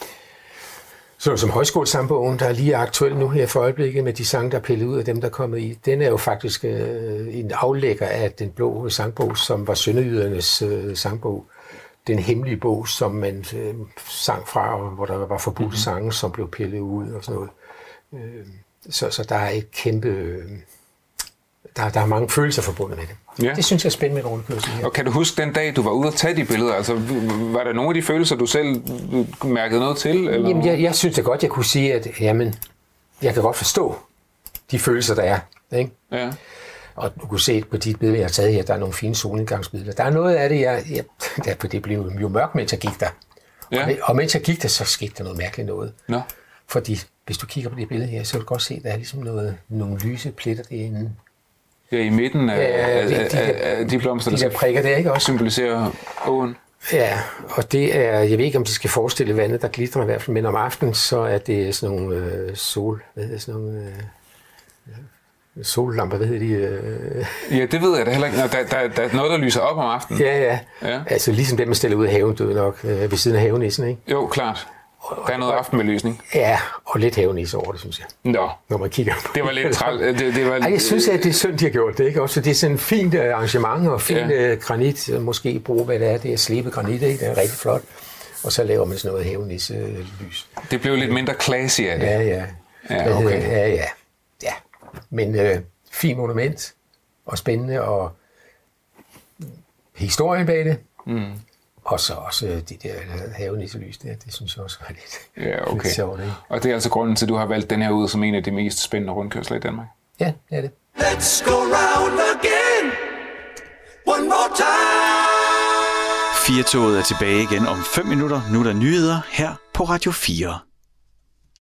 Så som Højskolesangbogen, der er lige aktuel nu her for øjeblikket med de sange, der er pillet ud af dem, der er kommet i, den er jo faktisk øh, en aflægger af den blå sangbog, som var sønderjydernes øh, sangbog. Den hemmelige bog, som man øh, sang fra, og hvor der var forbudte mm-hmm. sange, som blev pillet ud og sådan noget. Øh, så, så der er et kæmpe... Øh, Der, der er mange følelser forbundet med det. Ja. Det synes jeg er spændende med rundkørsel her. Og kan du huske den dag, du var ude og tage de billeder? Altså, var der nogle af de følelser, du selv mærkede noget til? Eller? Jamen, jeg, jeg synes da godt, jeg kunne sige, at jamen, jeg kan godt forstå de følelser, der er. Ikke? Ja. Og du kunne se på de billeder, jeg har taget her, der er nogle fine solnedgangsbilleder. Der er noget af det, jeg, jeg der, det blev jo mørkt, mens jeg gik der. Ja. Og, og mens jeg gik der, så skete der noget mærkeligt noget. Nå. Fordi hvis du kigger på det billede her, så kan du godt se, at der er ligesom noget, nogle lyse pletter derinde. Ja, i midten af, Ja, af, de af, der- af, af de blomster, De der der prikker der, ikke også? symboliserer åen. Ja, og det er, jeg ved ikke, om de skal forestille vandet, der glitrer i hvert fald, men om aftenen, så er det sådan nogle øh, sol, hvad hedder sådan nogle øh, sollamper, hvad hedder de? Øh, Ja, det ved jeg da heller ikke. Nå, der, der, der er noget, der lyser op om aftenen. ja, ja, Ja. altså ligesom dem, man stiller ud af haven, du ved nok, øh, ved siden af havenissen, ikke? Jo, klart. Der er noget aftenbelysning. Ja, og lidt havenisse over det, synes jeg, Nå, når man kigger på det var lidt træl. Det, det var, Ej, jeg synes, at det er synd, de har gjort det, ikke? Også det er sådan et fint øh, arrangement og fint Ja. ja. granit, måske bruge, hvad det er, det er slebet granit, ikke? Det er rigtig flot. Og så laver man sådan noget havenisse-lys. det blev lidt mindre classy af det. Ja, ja. Ja, Hvad hedder okay. det? Ja, ja. ja. Men øh, fint monument, og spændende, og historien bag det. Mm. Og så også øh, de der havenisselys der, det synes jeg også var lidt, Ja, okay. lidt sjovt, ikke? Og det er altså grunden til, at du har valgt den her ud som en af de mest spændende rundkørsler i Danmark. Ja, det er det. Let's go round again. One more time. Firtoget er tilbage igen om fem minutter. Nu er der nyheder her på Radio fire.